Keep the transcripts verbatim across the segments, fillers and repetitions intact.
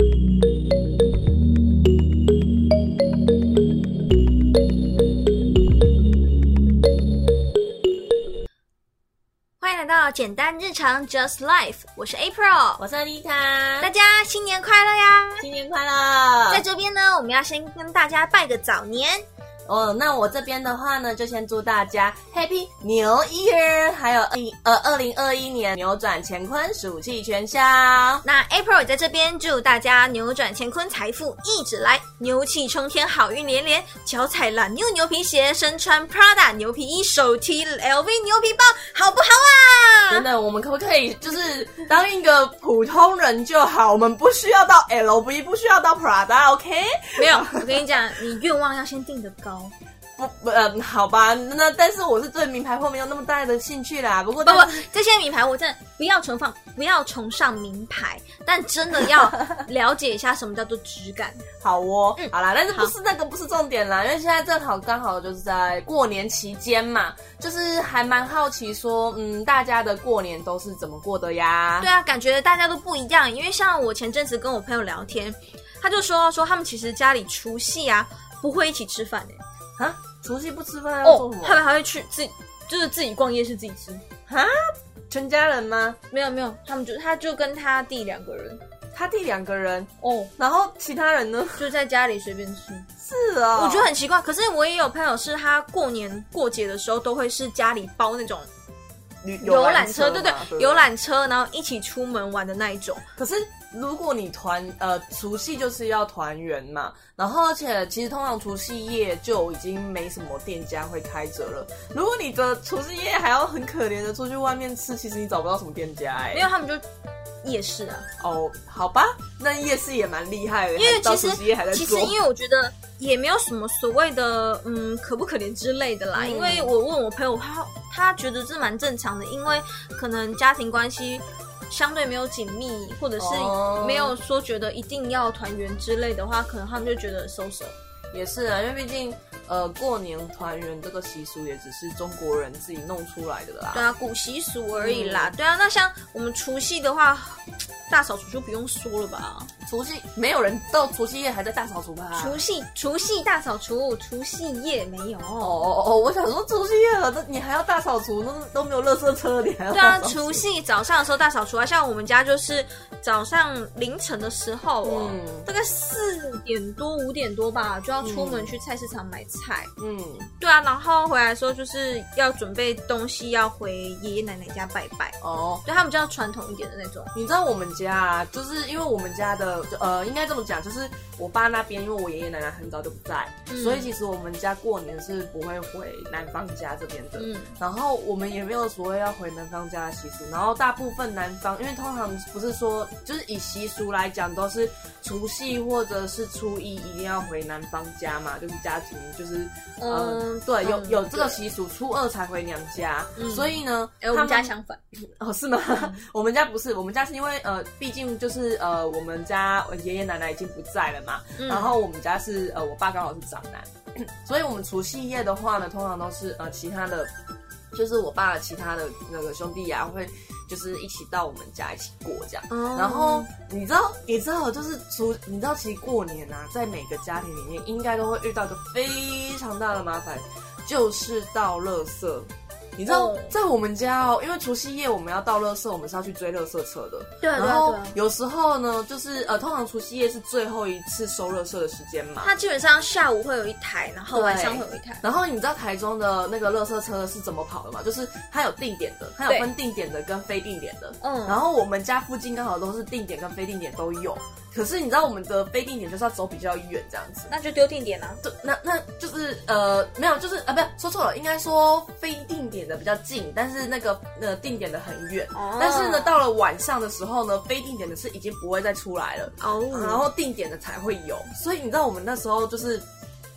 简单日常 Just Life， 我是 April， 我是 Anita， 大家新年快乐呀！ 新年快乐！ 在这边呢，我们要先跟大家拜个早年哦。那我这边的话呢，就先祝大家 Happy New Year， 还有呃二零二一年扭转乾坤，暑气全消。 那 April 也在这边祝大家扭转乾坤，财富一直来，牛气冲天，好运连连，脚踩蓝牛牛皮鞋，身穿 Prada 牛皮衣，手提 L V 牛皮包，好不好啊？ 真的，我们可不可以就是当一个普通人就好？我们不需要到 L V， 不需要到 Prada，OK？、Okay? 没有，我跟你讲，你愿望要先定得高。 不不嗯，好吧，那但是我是对名牌货没有那么大的兴趣啦。不过不不，这些名牌我真的不要崇尚，不要崇尚名牌，但真的要了解一下什么叫做质感。 好哦，嗯、好啦，但是不是那个不是重点啦，因为现在正好刚好就是在过年期间嘛，就是还蛮好奇说，嗯，大家的过年都是怎么过的呀？ 对啊，感觉大家都不一样，因为像我前阵子跟我朋友聊天，他就说说他们其实家里除夕啊不会一起吃饭诶、欸。 啊，除夕不吃饭要做什么？ 哦、他们还会去自己，就是自己逛夜市自己吃。 哈，全家人吗？ 没有没有，他们就他就跟他弟两个人， 他弟两个人哦， 然后其他人呢？ 就在家里随便吃。 是啊、哦， 我觉得很奇怪。可是我也有朋友是他过年过节的时候都会是家里包那种游览车，对对，游览车，然后一起出门玩的那一种。 可是如果你团呃除夕就是要团圆嘛，然后而且其实通常除夕夜就已经没什么店家会开着了。如果你的除夕夜还要很可怜的出去外面吃，其实你找不到什么店家哎、欸。 没有，他们就夜市啊。 哦，好吧，那夜市也蛮厉害的， 因为其实还在做其实因为我觉得也没有什么所谓的嗯可不可怜之类的啦、嗯。因为我问我朋友，他他觉得这蛮正常的，因为可能家庭关系相对没有紧密，或者是没有说觉得一定要团圆之类的话，可能他们就觉得收手。 也是啊，因为毕竟呃过年团圆这个习俗也只是中国人自己弄出来的啦。 对啊，古习俗而已啦。嗯、对啊，那像我们除夕的话，大扫除就不用说了吧？ 除夕没有人到除夕夜还在大扫除吧？ 除夕除夕大扫除，除夕夜没有。哦哦哦，我想说除夕夜了，那你还要大扫除，那都没有垃圾车，你还要大扫除？ 对啊，除夕早上的时候大扫除啊，像我们家就是早上凌晨的时候哦，嗯、大概四点多五点多吧，就要出门去菜市场买菜。嗯，对啊，然后回来的时候就是要准备东西，要回爷爷奶奶家拜拜。哦，对，他们比较传统一点的那种。 你知道我们家啊，就是因为我们家的呃，应该这么讲，就是我爸那边，因为我爷爷奶奶很早就不在、嗯，所以其实我们家过年是不会回男方家这边的。嗯，然后我们也没有所谓要回男方家的习俗。然后大部分男方，因为通常不是说，就是以习俗来讲，都是除夕或者是初一一定要回男方家嘛，就是家庭就是嗯、呃，对，有有这个习俗，初二才回娘家。嗯、所以呢， 哎、欸，我们家相反。 哦，是吗？嗯、我们家不是，我们家是因为呃，毕竟就是呃，我们家爷爷奶奶已经不在了嘛，嗯、然后我们家是呃，我爸刚好是长男，所以我们除夕夜的话呢，通常都是呃，其他的，就是我爸的其他的那个兄弟啊，会就是一起到我们家一起过这样。哦、然后你知道，你知道，就是除你知道，其实过年啊，在每个家庭里面，应该都会遇到一个非常大的麻烦，就是倒垃圾。你知道，在我们家哦，因为除夕夜我们要倒垃圾，我们是要去追垃圾车的。 对啊，对啊。 然后有时候呢，就是呃，通常除夕夜是最后一次收垃圾的时间嘛。 它基本上下午会有一台，然后晚上会有一台。 然后你知道台中的那个垃圾车是怎么跑的吗？就是它有定点的，它有分定点的跟非定点的。嗯。然后我们家附近刚好都是定点跟非定点都有。可是你知道我们的非定点就是要走比较远这样子， 那就丢定点啊。 对，那那就是呃没有，就是啊不是说错了，应该说非定点的比较近，但是那个呃定点的很远。哦。但是呢，到了晚上的时候呢，非定点的是已经不会再出来了。哦。然后定点的才会有，所以你知道我们那时候就是。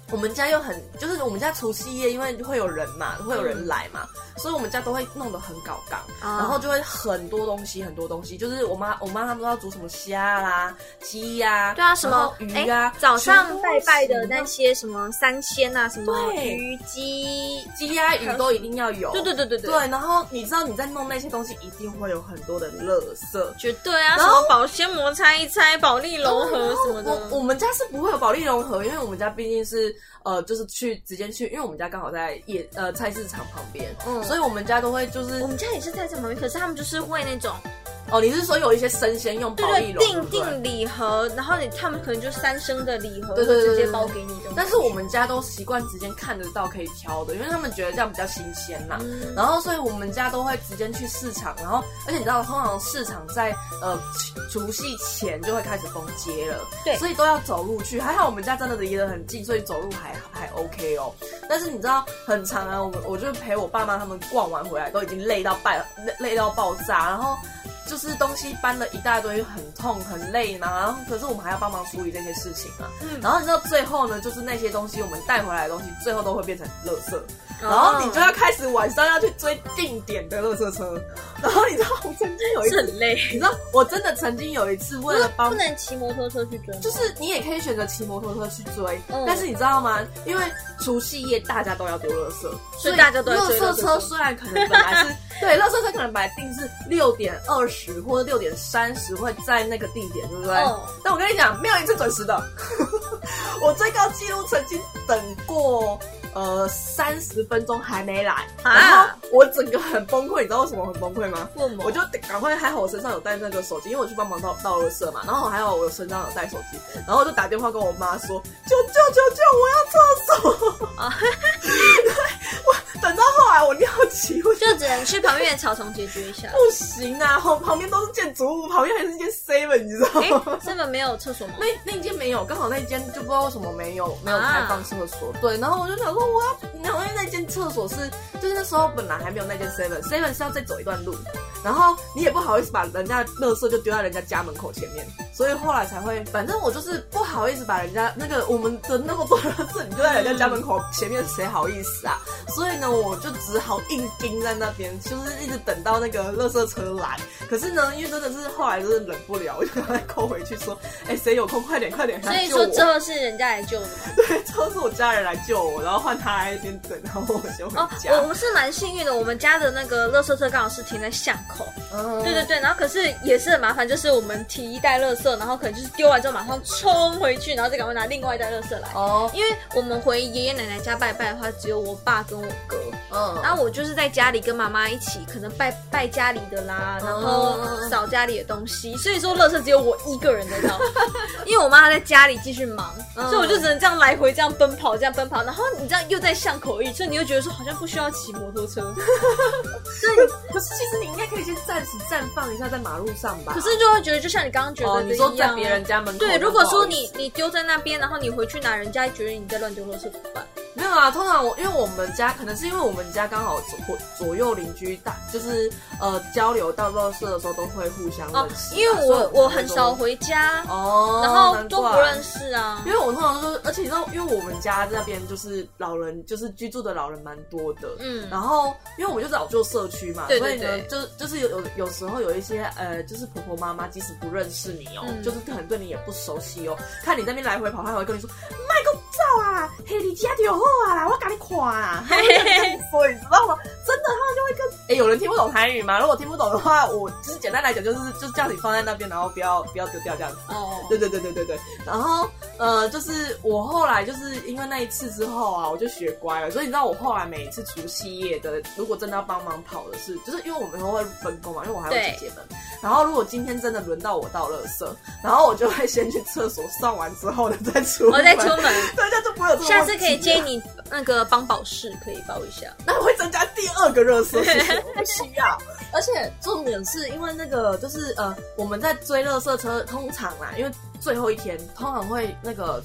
我们家又很，就是我们家除夕夜，因为会有人嘛，会有人来嘛，嗯、所以我们家都会弄得很搞纲，哦、然后就会很多东西，很多东西，就是我妈我妈他们都要煮什么虾啦、鸡呀、啊， 对啊，什么鱼啊， 早上拜拜的那些什么三鲜啊，什么鱼、鸡、 鸡呀、鱼都一定要有。 对对对对对。 对，然后你知道你在弄那些东西，一定会有很多的垃圾， 绝对啊，什么保鲜膜拆一拆，保丽龙盒什么的。 我我们家是不会有保丽龙盒，因为我们家毕竟是呃，就是去直接去，因为我们家刚好在夜呃菜市场旁边，嗯，所以我们家都会就是， 我们家也是菜市场旁边，可是他们就是会那种。 哦，你是说有一些生鲜用保丽龙， 对对，定定礼盒，然后你他们可能就三升的礼盒，对对对，直接包给你的。 但是我们家都习惯直接看得到可以挑的，因为他们觉得这样比较新鲜嘛。嗯、然后所以我们家都会直接去市场，然后而且你知道，通常市场在呃除夕前就会开始封街了，对，所以都要走路去。还好我们家真的离得很近，所以走路还还 OK 哦。但是你知道很长啊，我们我就陪我爸妈他们逛完回来，都已经累到爆累累到爆炸，然后。就是东西搬了一大堆，很痛很累嘛，然后可是我们还要帮忙处理这些事情啊。嗯，然后你知道最后呢，就是那些东西我们带回来的东西，最后都会变成垃圾，然后你就要开始晚上要去追定点的垃圾车。然后你知道我曾经有一次很累， 你知道我真的曾经有一次为了帮不能骑摩托车去追吗？ 就是你也可以选择骑摩托车去追，嗯、但是你知道吗？因为除夕夜大家都要丢垃圾， 所以大家都要追垃圾车。虽然可能本来是对垃圾车可能本来定是六点二十或者六点三十会在那个地点，对不对？哦、但我跟你讲，没有一次准时的。我最高纪录曾经等过。呃，三十分钟还没来，啊、然后我整个很崩溃，你知道为什么很崩溃吗？我就赶快，还好我身上有带那个手机，因为我去帮忙倒倒垃圾嘛，然后还好我身上有带手机，然后我就打电话跟我妈说，救救救救，我要厕所啊！我等到后来我尿急，我就只能去旁边的草丛解决一下。 不行啊，旁旁边都是建筑物，旁边还是一间 seven， 你知道吗 ？seven 没有厕所吗？ 那那一间没有，刚好那一间就不知道为什么没有没有开放厕所。啊、对，然后我就想说。我要，因为那间厕所是，就是那时候本来还没有那间 seven seven 是要再走一段路，然后你也不好意思把人家的垃圾就丢在人家家门口前面，所以后来才会，反正我就是不好意思把人家那个我们的那么多垃圾你丢在人家家门口前面，谁好意思啊？所以呢，我就只好硬盯在那边，就是一直等到那个垃圾车来。可是呢，因为真的是后来就是忍不了，我就赶快扣回去说，哎、欸，谁有空快点快点来救我。 所以说之后是人家来救的吗？ 对，之后是我家人来救我，然后换他来那边等，然后我就回家。 哦，我们是蛮幸运的，我们家的那个垃圾车刚好是停在巷口。嗯，对对对，然后可是也是很麻烦，就是我们提一袋垃圾，然后可能就是丢完之后马上冲回去，然后再赶快拿另外一袋垃圾来。哦，因为我们回爷爷奶奶家拜拜的话，只有我爸跟我哥。嗯，然后我就是在家里跟妈妈一起，可能拜拜家里的啦，然后扫家里的东西，所以说垃圾只有我一个人在倒，因为我妈在家里继续忙，嗯、所以我就只能这样来回这样奔跑，这样奔跑，然后你知道又在巷口而已，所以你又觉得说好像不需要骑摩托车。 所以，可是其实你应该可以先暂时暂放一下在马路上吧。 可是就会觉得，就像你刚刚觉得的一样、啊哦， 你说在别人家门口。 对，如果说你你丢在那边，然后你回去拿，人家觉得你在乱丢垃圾怎么办？ 没有啊，通常我因为我们家可能是因为我们家刚好左左右邻居大，就是呃交流到垃圾的时候都会互相认识、啊哦。 因为我我很少回家哦，然后都不认识啊。 因为我通常都是，而且你知道，因为我们家那边就是老人，就是居住的老人蛮多的，嗯，然后因为我们就是老旧社区嘛，对对对，所以呢，就就是有有有时候有一些呃，就是婆婆妈妈即使不认识你哦，嗯、就是可能对你也不熟悉哦，看你在那边来回跑，他还会跟你说卖个走啊，嘿，你家就好啊啦，我给你看啊，他会跟你说，你知道吗？真的，他们就会跟哎、欸，有人听不懂台语吗？如果听不懂的话，我就是简单来讲，就是就叫你放在那边，然后不要不要丢掉这样子。哦，对对对对对对。然后呃，就是我后来就是因为那一次之后啊，我就学乖了，所以你知道我后来每一次除夕夜的，如果真的要帮忙跑的是，就是因为我们都会分工嘛，因为我还有姐姐们。然后如果今天真的轮到我倒垃圾，然后我就会先去厕所上完之后呢再出门， 我再出门， 大家就不会有这种。 下次可以接你那个帮宝适，可以包一下， 那会增加第二个热色，不需要。而且重点是因为那个就是呃，我们在追垃圾车，通常啦，因为最后一天通常会那个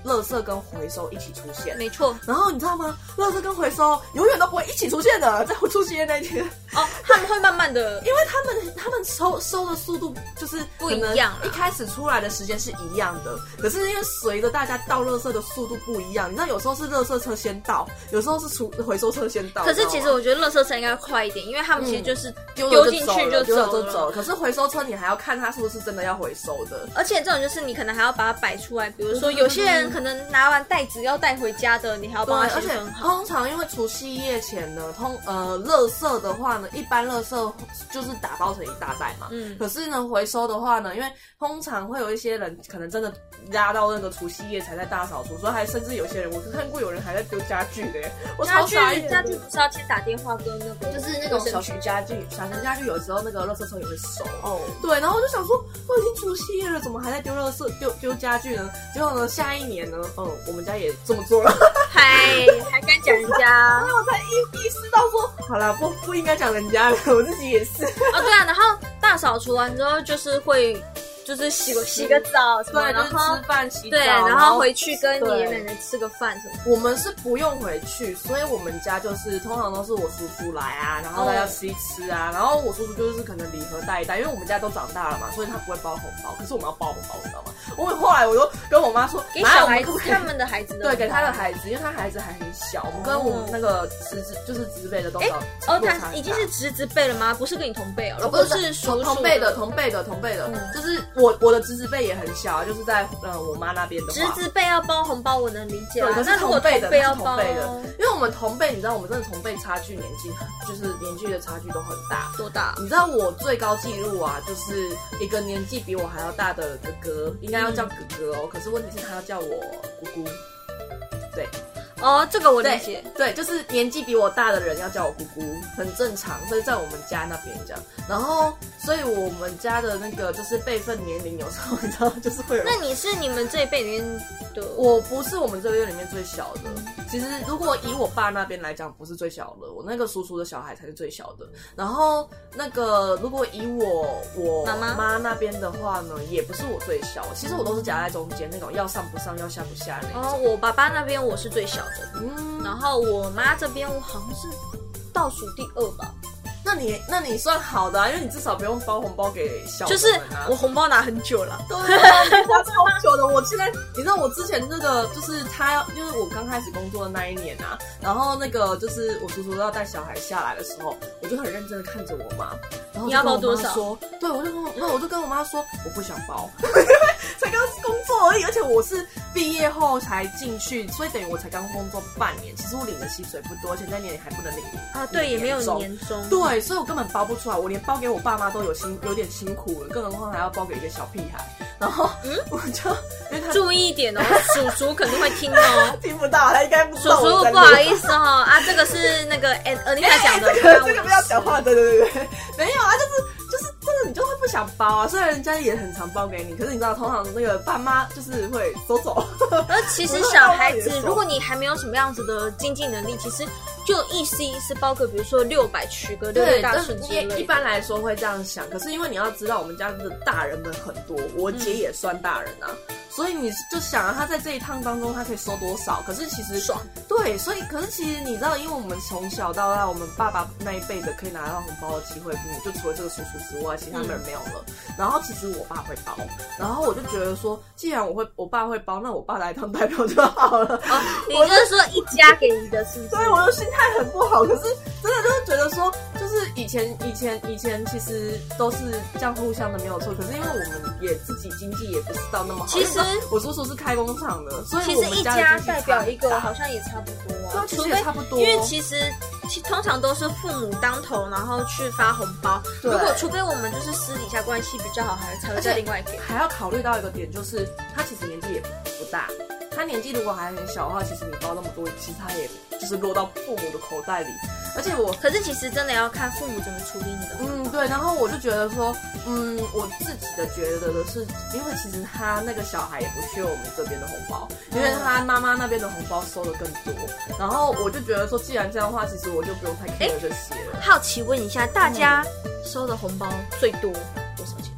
垃圾跟回收一起出现， 没错。 然后你知道吗？垃圾跟回收永远都不会一起出现的，在出现那天哦，他们会慢慢的， 因为他们他们收收的速度就是不一样， 一开始出来的时间是一样的，可是因为随着大家倒垃圾的速度不一样，你知道有时候是垃圾车先到，有时候是出回收车先到。 可是其实我觉得垃圾车应该快一点，因为他们其实就是丢进去就走了， 就走。可是回收车你还要看它是不是真的要回收的， 而且这种就是你可能还要把它摆出来，比如说有些人可能拿完袋子要带回家的，你还要帮他先分好。 通常因为除夕夜前呢，通呃垃圾的话呢，一般垃圾就是打包成一大袋嘛，嗯，可是呢回收的话呢，因为通常会有一些人可能真的压到那个除夕夜才在大扫除，所以还甚至有些人我看过有人还在丢家具的耶，我超傻眼的。 家具不是要先打电话跟那个， 就是那种小型家具，小型家具有时候那个垃圾车也会收哦，对，然后我就想说，都已经除夕夜了，怎么还在丢垃圾、丢丢家具呢？结果呢，下一年呢，嗯，我们家也这么做了， 嗨，还敢讲人家？ 所以我才意意识到说，好啦，不不应该讲人家了，我自己也是。 哦，对啊，然后大扫除完之后就是会。就是洗个洗个澡什么， 对， 然后吃饭洗澡， 对，然后回去跟爷爷奶奶吃个饭什么。 我们是不用回去，所以我们家就是通常都是我叔叔来啊，然后大家吃一吃啊，然后我叔叔就是可能礼盒带一带，因为我们家都长大了嘛，所以他不会包红包，可是我们要包红包，你知道吗？我后来我就跟我妈说， 给小孩子他们的孩子的， 对，给他的孩子，因为他孩子还很小，我们跟我们那个侄子就是侄辈的都少。 哦，他已经是侄子辈了吗？不是跟你同辈哦，不是叔同辈的，同辈的，同辈的，就是我我的侄子辈也很小，就是在呃我妈那边的话， 侄子辈要包红包我能理解， 对，可是同辈的， 要同辈的，因为我们同辈，你知道我们真的同辈差距年纪就是年纪的差距都很大， 多大？ 你知道我最高纪录啊，就是一个年纪比我还要大的哥哥，应该要叫哥哥哦，可是问题是他要叫我姑姑，对。 哦，这个我理解。 对，就是年纪比我大的人要叫我姑姑，很正常。所以在我们家那边这样，然后，所以我们家的那个就是辈分年龄，有时候你知道，就是会有。 那你是你们这一辈里面的？ 我不是我们这一辈里面最小的。其实如果以我爸那边来讲，不是最小的，我那个叔叔的小孩才是最小的。然后那个如果以我我妈妈那边的话呢，也不是我最小。其实我都是夹在中间那种，要上不上，要下不下那种。 哦，我爸爸那边我是最小。嗯，然后我妈这边我好像是倒数第二吧。 那你那你算好的啊，因为你至少不用包红包给小朋友啊。 就是我红包拿很久了， 对啊，拿超久的。我现在你知道我之前那个就是他，因为我刚开始工作的那一年啊，然后那个就是我叔叔要带小孩下来的时候，我就很认真的看着我妈，然后你要包多少？ 对，我就跟我那我就跟我妈说我不想包，才刚工作而已，而且我是毕业后才进去，所以等于我才刚工作半年。其实我领的薪水不多，而且那年还不能领啊，对，也没有年终， 对。所以我根本包不出来，我连包给我爸妈都有辛有点辛苦了，更何况还要包给一个小屁孩。然后，嗯，我就因为他注意一点哦，叔叔肯定会听哦， 听不到，他应该不知道。 叔叔不好意思哦，啊，这个是那个哎，呃，你才讲的， 这个这个不要讲话，对对对对，没有啊，就是就是真的，你就会不想包啊。虽然人家也很常包给你，可是你知道，通常那个爸妈就是会收走。 而其实小孩子，如果你还没有什么样子的经济能力，其实就意思意思包个，比如说六百取个六六大顺之类的。 一般来说会这样想，可是因为你要知道，我们家的大人们很多，我姐也算大人啊，嗯、所以你就想啊，他在这一趟当中，他可以收多少？可是其实爽， 对，所以可是其实你知道，因为我们从小到大，我们爸爸那一辈的可以拿到红包的机会，就除了这个叔叔之外，其他人没有了。嗯、然后其实我爸会包，然后我就觉得说，既然我会，我爸会包，那我爸来当代表就好了。 哦，你就是说一家给一个，是不是？ 所以我的心态很不好，可是真的就是觉得说，就是以前以前以前其实都是这样互相的没有错，可是因为我们也自己经济也不是到那么好。 其实我叔叔是开工厂的，所以其实一家代表一个好像也差不多啊， 对啊，其实也差不多。 因为其实其通常都是父母当头，然后去发红包。如果除非我们就是私底下关系比较好，还才会再另外给。 还要考虑到一个点，就是他其实年纪也不大。他年纪如果还很小的话，其实你包那么多，其实他也就是落到父母的口袋里。而且我， 可是其实真的要看父母怎么处理你的。 嗯，对。然后我就觉得说，嗯，我自己的觉得的是，因为其实他那个小孩也不缺我们这边的红包，因为他妈妈那边的红包收的更多。然后我就觉得说，既然这样的话，其实我就不用太 care 这些了。 好奇问一下，大家收的红包最多多少钱？ 你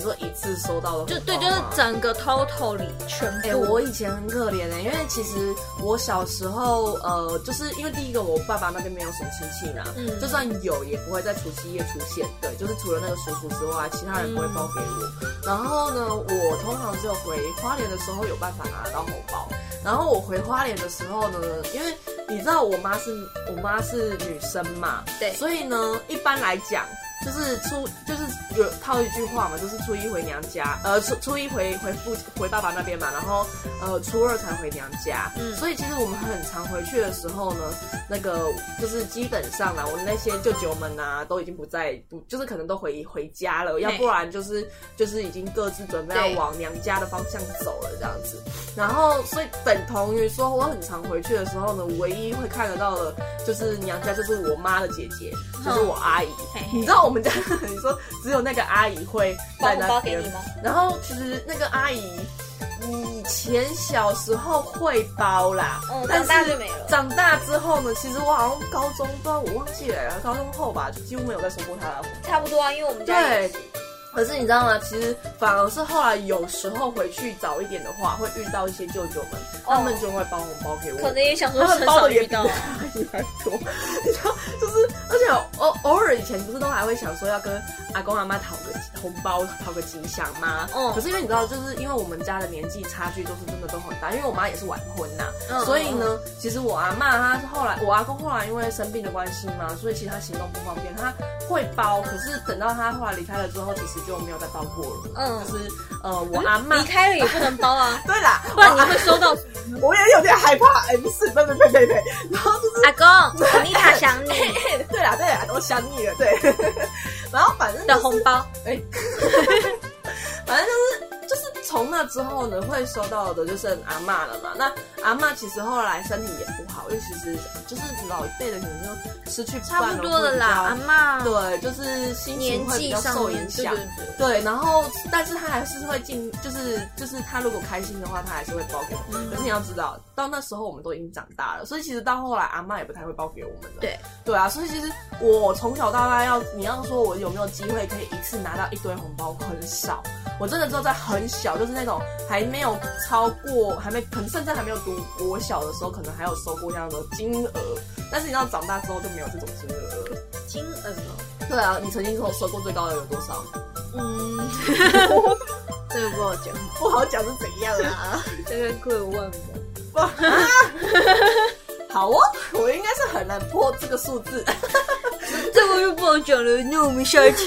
说一次收到的红包就对，就是整个 total 里全部。 哎、欸，我以前很可怜哎、欸，因为其实我小时候呃，就是因为第一个我爸爸那边没有什么亲戚啦，嗯，就算有也不会在除夕夜出现，对，就是除了那个叔叔之外，其他人不会包给我。嗯、然后呢，我通常只有回花莲的时候有办法拿得到红包。然后我回花莲的时候呢，因为你知道我妈是我妈是女生嘛， 对， 所以呢，一般来讲。就是初就是有套一句话嘛，就是初一回娘家，呃初初一回回父回爸爸那边嘛，然后呃初二才回娘家。嗯，所以其实我们很常回去的时候呢，那个就是基本上呢，我那些舅舅们啊都已经不在，不就是可能都回回家了，要不然就是就是已经各自准备要往娘家的方向走了这样子。然后所以等同于说，我很常回去的时候呢，唯一会看得到的就是娘家，就是我妈的姐姐，就是我阿姨。嗯、你知道我。我们家你说只有那个阿姨会在那边，然后其实那个阿姨以前小时候会包啦， 嗯，长大就没了。 长大之后呢，其实我好像高中不知道我忘记了，高中后吧，就几乎没有再收过她的。 差不多啊，因为我们家也是。 可是你知道吗？其实反而是后来有时候回去早一点的话，会遇到一些舅舅们，哦、他们就会包红包给我。 可能也想说很少遇到， 也还多。你知道，就是而且偶偶尔以前不是都还会想说要跟阿公阿妈讨个红包，讨个吉祥吗？哦。可是因为你知道，就是因为我们家的年纪差距都是真的都很大，因为我妈也是晚婚呐、啊，嗯、所以呢，其实我阿嬷她后来，我阿公后来因为生病的关系嘛，所以其实他行动不方便，他会包，可是等到他后来离开了之后，其实就没有再包过了。嗯，就是呃，我阿嬷离开了也不能包啊。 对啦， 不然你会收到。 我也有点害怕。哎、欸，不是，对对对对对。然后就是阿公，安妮塔想你。 对啦对啦，都想你了。对。然后反正、就是、 的红包，哎、欸， 反正就是。就是从那之后呢，会收到的就剩阿嬷了嘛。那阿嬷其实后来身体也不好，因为其实就是老一辈的可能就失去差不多的啦。阿嬷对，就是心情会比较受影响。 对, 对, 对, 对，然后但是他还是会尽，就是就是他如果开心的话，他还是会包给我们。嗯、可是你要知道，到那时候我们都已经长大了，所以其实到后来阿嬷也不太会包给我们了。 对对啊，所以其实我从小到大要你要说我有没有机会可以一次拿到一堆红包，很少。我真的只有在很小，就是那种还没有超过，还没可能甚至还没有读国小的时候，可能还有收过这样的金额。但是你要长大之后就没有这种金额了。 金额哦？ 对啊，你曾经收过最高的有多少？ 嗯，这个不好讲， 不好讲是怎样啊？ 这个可以问我。 啊好哦，我应该是很难破这个数字。 这个又不好讲了，那我们下一期。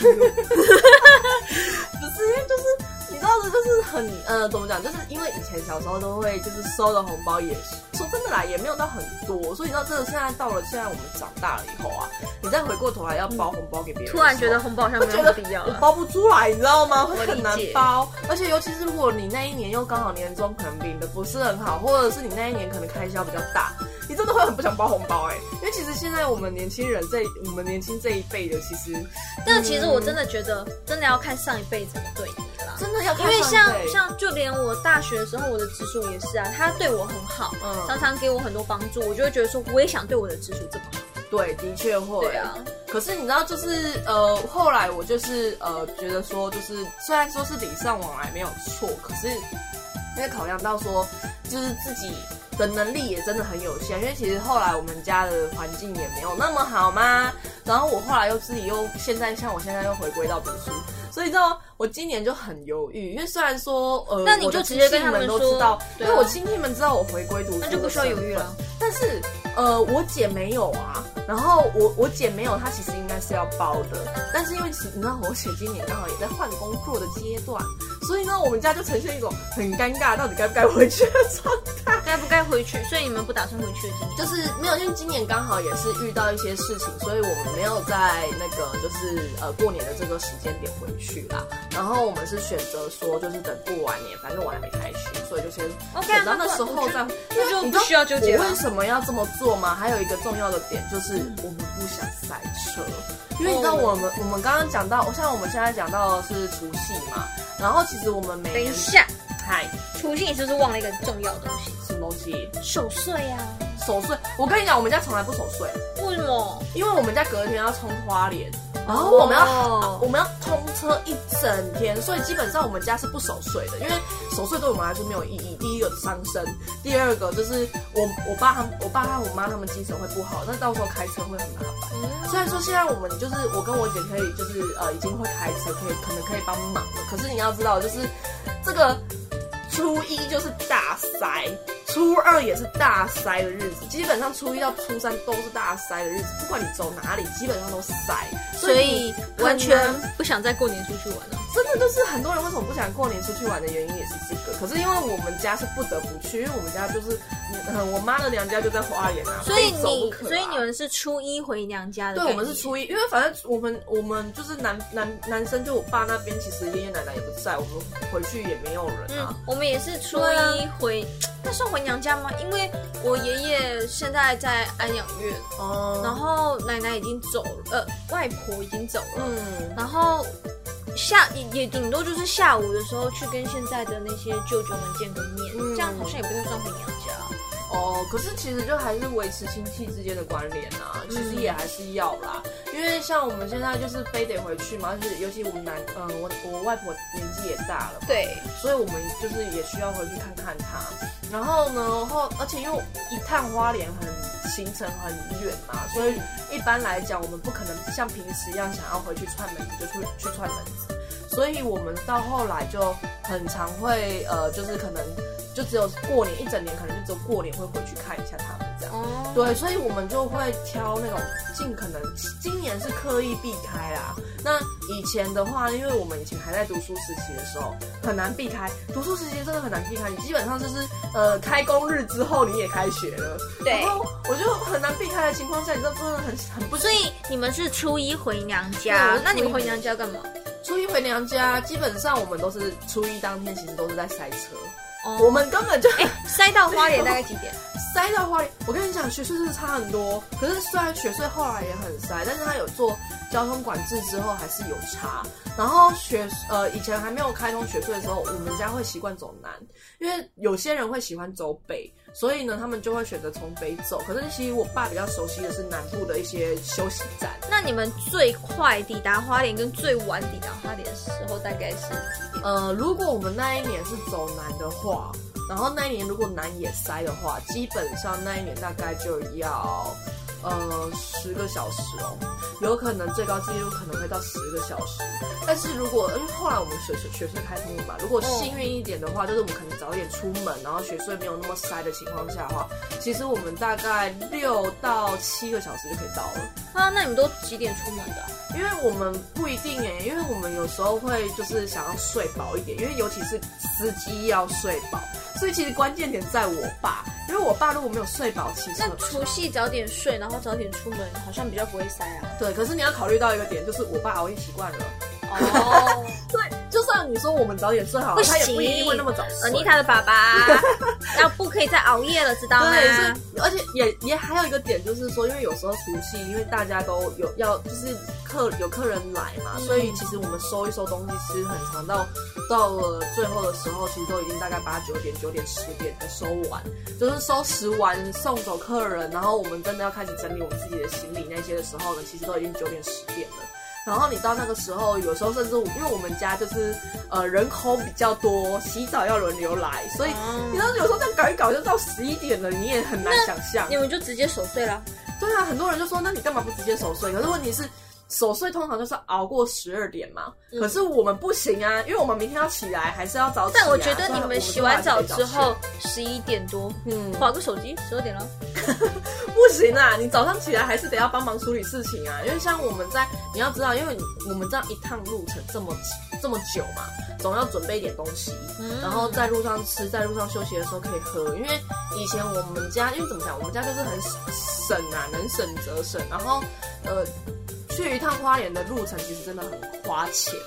不是，因为就是你知道的，就是很呃，怎么讲？就是因为以前小时候都会就是收的红包也是说真的啦，也没有到很多，所以你知道，真的现在到了现在我们长大了以后啊，你再回过头来要包红包给别人、嗯， 突然觉得红包好像没有必要了， 我包不出来，你知道吗？会很难包，而且尤其是如果你那一年又刚好年终可能领的不是很好，或者是你那一年可能开销比较大。你真的会很不想包红包哎、欸，因为其实现在我们年轻人这我们年轻这一辈的，其实， 但其实我真的觉得，真的要看上一辈怎么对你啦， 真的要看因为像像就连我大学的时候，我的直属也是啊，他对我很好，嗯，常常给我很多帮助，我就会觉得说，我也想对我的直属这么好。 对，的确会。 对啊， 可是你知道，就是呃，后来我就是呃，觉得说，就是虽然说是礼尚往来没有错，可是因为考量到说，就是自己的能力也真的很有限，因为其实后来我们家的环境也没有那么好嘛。然后我后来又自己又现在像我现在又回归到读书，所以你知道我今年就很犹豫，因为虽然说呃， 那你就直接跟他们都知道，因为我亲戚们知道我回归读书， 那就不需要犹豫了。 但是呃，我姐没有啊，然后我我姐没有，她其实应该是要包的，但是因为你知道我姐今年刚好也在换工作的阶段，所以呢，我们家就呈现一种很尴尬，到底该不该回去的状态， 该不该回去？所以你们不打算回去的今年？ 就是没有，因为今年刚好也是遇到一些事情，所以我们没有在那个就是呃过年的这个时间点回去啦。然后我们是选择说，就是等过完年，反正我还没开学，所以就先等到那时候再。 那就不需要纠结了。 我为什么要这么做吗？还有一个重要的点就是我们不想塞车，因为你知道我们、oh. 我们刚刚讲到，像我们现在讲到的是除夕嘛，然后其实我们每等一下， 嗨， 除夕你是不是忘了一个很重要的东西？ 什么东西？ 守岁呀、啊！ 守岁，我跟你讲，我们家从来不守岁。 为什么？ 因为我们家隔天要冲花莲。 然后我们要、哦、我们要通车一整天，所以基本上我们家是不守岁的，因为守岁对我们来说没有意义。第一个伤身，第二个就是我我爸他我爸和我妈他们精神会不好，那到时候开车会很麻烦。嗯、虽然说现在我们就是我跟我姐可以就是呃已经会开车，可以可能可以帮忙了，可是你要知道，就是这个初一就是大塞。初二也是大塞的日子，基本上初一到初三都是大塞的日子，不管你走哪里，基本上都塞， 所以完全不想再过年出去玩了。 真的就是很多人为什么不想过年出去玩的原因也是这个。可是因为我们家是不得不去，因为我们家就是，嗯，我妈的娘家就在花莲啊， 所以你，啊、所以你们是初一回娘家的？ 对，我们是初一，因为反正我们我们就是男男男生，就我爸那边其实爷爷奶奶也不在，我们回去也没有人啊。 嗯、我们也是初一回，那算回娘家吗？因为我爷爷现在在安养院，哦，然后奶奶已经走了，呃，外婆已经走了，嗯，然后下也也顶多就是下午的时候去跟现在的那些舅舅们见个面，嗯、这样好像也不太算回娘家。 哦，可是其实就还是维持亲戚之间的关联啊，其实也还是要啦，嗯、因为像我们现在就是非得回去嘛，而且尤其我们男，嗯、呃，我我外婆年纪也大了， 对， 所以我们就是也需要回去看看她。然后呢，后而且因为一趟花莲很行程很远嘛，所以一般来讲，我们不可能像平时一样想要回去串门子就去去串门子，所以我们到后来就很常会呃，就是可能。就只有过年一整年，可能就只有过年会回去看一下他们这样。哦，对，所以我们就会挑那种尽可能，今年是刻意避开啦。那以前的话，因为我们以前还在读书时期的时候，很难避开。读书时期真的很难避开，你基本上就是呃开工日之后你也开学了， 对。 然后我就很难避开的情况下，你知道真的很很不。 所以你们是初一回娘家，那你们回娘家干嘛？ 初一回娘家，基本上我们都是初一当天，其实都是在塞车。Oh. 我们根本就、欸、 塞到花莲大概几点？ 塞到花莲，我跟你讲，雪隧真的差很多。可是虽然雪隧后来也很塞，但是它有做交通管制之后还是有差。然后雪呃以前还没有开通雪隧的时候，我们家会习惯走南，因为有些人会喜欢走北，所以呢他们就会选择从北走。可是其实我爸比较熟悉的是南部的一些休息站。 那你们最快抵达花莲跟最晚抵达花莲的时候大概是几点？ 呃，如果我们那一年是走南的话，然后那一年如果南也塞的话，基本上那一年大概就要呃十个小时哦，有可能最高纪录可能会到十个小时。但是如果因为后来我们雪雪雪隧开通了嘛，如果幸运一点的话，就是我们可能早点出门，然后雪隧没有那么塞的情况下的话，其实我们大概六到七个小时就可以到了。 啊，那你们都几点出门的啊？ 因为我们不一定哎，因为我们有时候会就是想要睡饱一点，因为尤其是司机要睡饱，所以其实关键点在我爸，因为我爸如果没有睡饱，其实那除夕早点睡，然后早点出门，好像比较不会塞啊。 对，可是你要考虑到一个点，就是我爸熬夜习惯了。哦，对，就算你说我们早点睡好了，他也不一定会那么早睡。 呃，妮塔的爸爸要不可以再熬夜了，知道吗？ 对，而且也也还有一个点就是说，因为有时候除夕，因为大家都有要就是客有客人来嘛，嗯、所以其实我们收一收东西，其实很长到到了最后的时候，其实都已经大概八九点、九点、十点才收完，就是收拾完送走客人，然后我们真的要开始整理我们自己的行李那些的时候呢，其实都已经九点、十点了。然后你到那个时候，有时候甚至因为我们家就是呃人口比较多，洗澡要轮流来，所以、嗯、你知道有时候这样搞一搞就到十一点了，你也很难想象。 你们就直接守岁了？ 对啊，很多人就说那你干嘛不直接守岁？可是问题是守岁通常就是熬过十二点嘛、嗯，可是我们不行啊，因为我们明天要起来，还是要早起、啊。 但我觉得你们洗完澡之后十一点多，嗯，滑个手机十二点了。 不行啊，你早上起来还是得要帮忙处理事情啊，因为像我们在，你要知道，因为我们这样一趟路程这么这么久嘛，总要准备一点东西，嗯、然后在路上吃，在路上休息的时候可以喝。因为以前我们家，因为怎么讲，我们家就是很省啊，能省则省，然后呃。去一趟花莲的路程其实真的很花钱，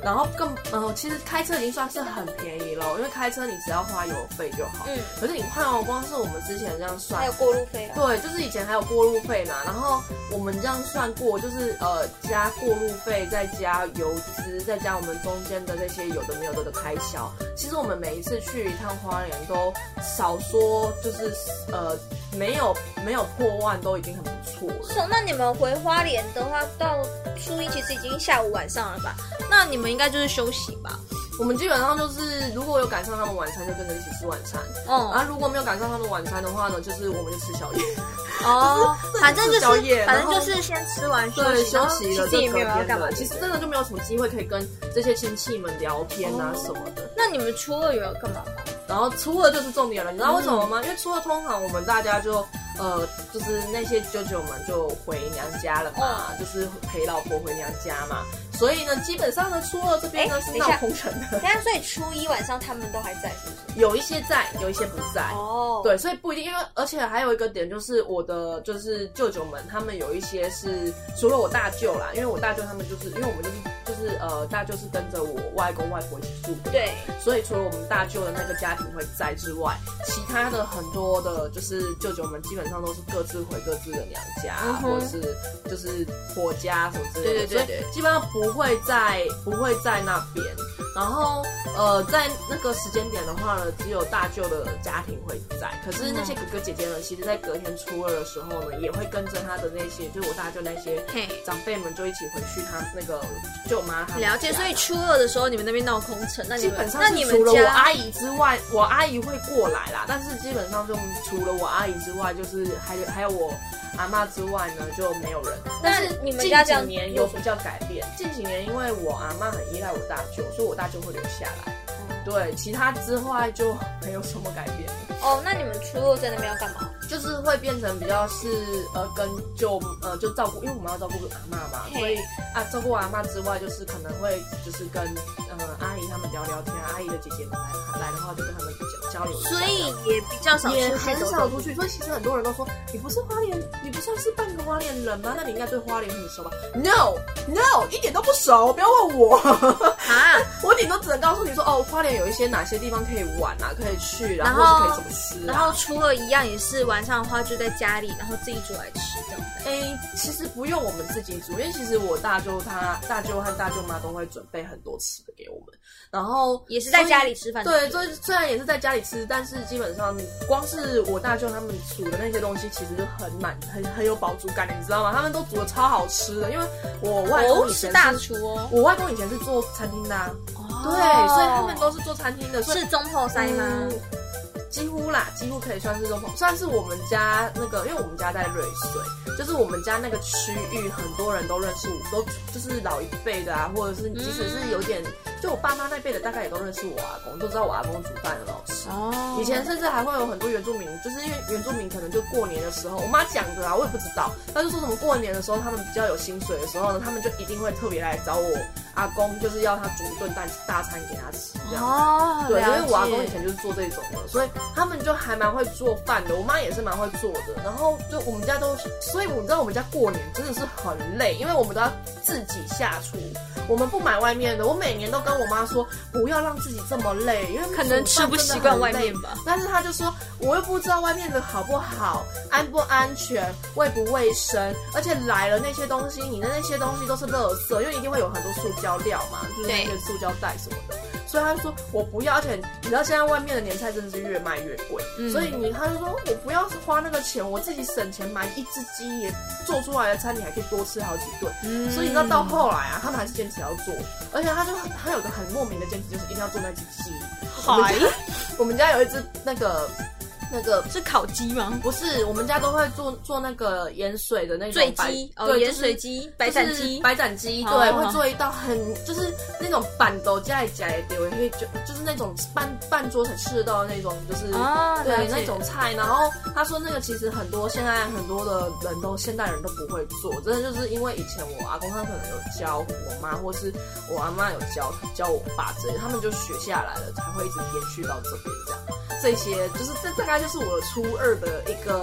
然后更呃，其实开车已经算是很便宜了，因为开车你只要花油费就好。嗯。可是你看哦，光是我们之前这样算， 还有过路费啊。 对，就是以前还有过路费嘛，然后我们这样算过，就是呃加过路费，再加油资，再加我们中间的这些有的没有的的开销，其实我们每一次去一趟花莲都少说就是呃没有没有破万都已经很不错了。 是，那你们回花莲的话，到初一其实已经下午晚上了吧？那你们应该就是休息吧？ 我们基本上就是如果有赶上他们晚餐，就跟着一起吃晚餐。哦、嗯，然后如果没有赶上他们晚餐的话呢，就是我们就吃宵夜。 哦，反正就是宵夜， 反正就是先吃完休息， 对，休息了就也没有要干嘛。 其实真的就没有什么机会可以跟这些亲戚们聊天啊什么的。 那你们初二有要干嘛吗？ 然后初二就是重点了，你知道为什么吗？嗯、因为初二通常我们大家就呃，就是那些舅舅们就回娘家了嘛，嗯、就是陪老婆回娘家嘛。所以呢，基本上呢，初二这边呢是闹空城的。 等一下，所以初一晚上他们都还在，是不是？ 有一些在，有一些不在。哦，对，所以不一定，因为而且还有一个点就是我的就是舅舅们，他们有一些是除了我大舅啦，因为我大舅他们就是因为我们就是就是呃大舅是跟着我外公外婆一起住的， 对， 所以除了我们大舅的那个家庭会在之外，其他的很多的就是舅舅们基本上都是各自回各自的娘家，嗯、或者是就是婆家什么之类的， 对对对对， 所以基本上不会在不会在那边。然后呃，在那个时间点的话呢，只有大舅的家庭会在。可是那些哥哥姐姐呢，其实在隔天初二的时候呢，也会跟着他的那些，就是我大舅那些长辈们就一起回去他那个舅妈他们家。 了解，所以初二的时候你们那边闹空城，那你们基本上是除了我阿姨之外，我阿姨会过来啦，但是基本上就除了我阿姨之外，就是还有还有我阿嬷之外呢，就没有人。但是你们家近几年有比较改变，近几年因为我阿嬷很依赖我大舅，所以我大舅会留下来。对，其他之外就没有什么改变。 哦，那你们初二在那边要干嘛？ 就是会变成比较是呃跟舅呃就照顾，因为我们要照顾阿嬷嘛，所以啊照顾阿嬷之外，就是可能会就是跟呃阿姨他们聊聊天，阿姨的姐姐们来来的话就跟他们交流一下， 所以也比较少出去， 也很少出去。所以其实很多人都说你不是花莲，你不算是半个花莲人吗？那你应该对花莲很熟吧 ？No No， 一点都不熟，不要问我啊！我顶多只能告诉你说哦，花莲有一些哪些地方可以玩啊，可以去，然后或是可以怎么吃、啊。 然后初二一样也是晚上的话就在家里，然后自己煮来吃这样。 哎，其实不用我们自己煮，因为其实我大舅他大舅和大舅妈都会准备很多吃的给我们，然后也是在家里吃饭。 对，所以虽然也是在家里吃，但是基本上光是我大舅他们煮的那些东西，其实就很满，很很有饱足感，你知道吗？他们都煮的超好吃的，因为我外公以前是、 哦、是大厨哦， 我外公以前是做餐厅的、啊，哦、对，所以他们都是做餐厅的， 是中破塞吗？嗯几乎啦，几乎可以算是中算是我们家那个，因为我们家在瑞穗，就是我们家那个区域，很多人都认识我，都就是老一辈的啊，或者是即使是有点，就我爸妈那辈的，大概也都认识我阿公，都知道我阿公煮饭很好吃。哦，以前甚至还会有很多原住民，就是因为原住民可能就过年的时候，我妈讲的啊，我也不知道，但是说什么过年的时候，他们比较有薪水的时候呢，他们就一定会特别来找我阿公，就是要他煮一顿大大餐给他吃这样。哦，对，因为我阿公以前就是做这种的，所以他们就还蛮会做饭的，我妈也是蛮会做的。然后就我们家都，所以我知道我们家过年真的是很累，因为我们都要自己下厨，我们不买外面的。我每年都跟我妈说，不要让自己这么累，因为可能吃不习惯外面吧。 但是她就说，我又不知道外面的好不好，安不安全，卫不卫生，而且来了那些东西，你的那些东西都是垃圾，因为一定会有很多塑胶料嘛，就是那些塑胶袋什么的。所以他就说我不要，而且你知道现在外面的年菜真的是越卖越贵，嗯、所以你他就说我不要花那个钱，我自己省钱买一只鸡也做出来的餐，你还可以多吃好几顿。嗯、所以你知道到后来啊，他们还是坚持要做，而且他就他有个很莫名的坚持，就是一定要做那只鸡。我们家我们家有一只那个。那个是烤鸡吗？ 不是，我们家都会做做那个盐水的那种醉鸡，哦，对，盐水鸡、白斩鸡、 白斩鸡，对，会做一道很就是那种板豆加一加一点，可以就就是那种半半桌才吃得到的那种，就是啊，对那种菜。然后他说那个其实很多现在很多的人都现代人都不会做，真的就是因为以前我阿公他可能有教我妈，或是我阿嬷有教教我爸之类，他们就学下来了，才会一直延续到这边这样。这些就是这大概就是我初二的一个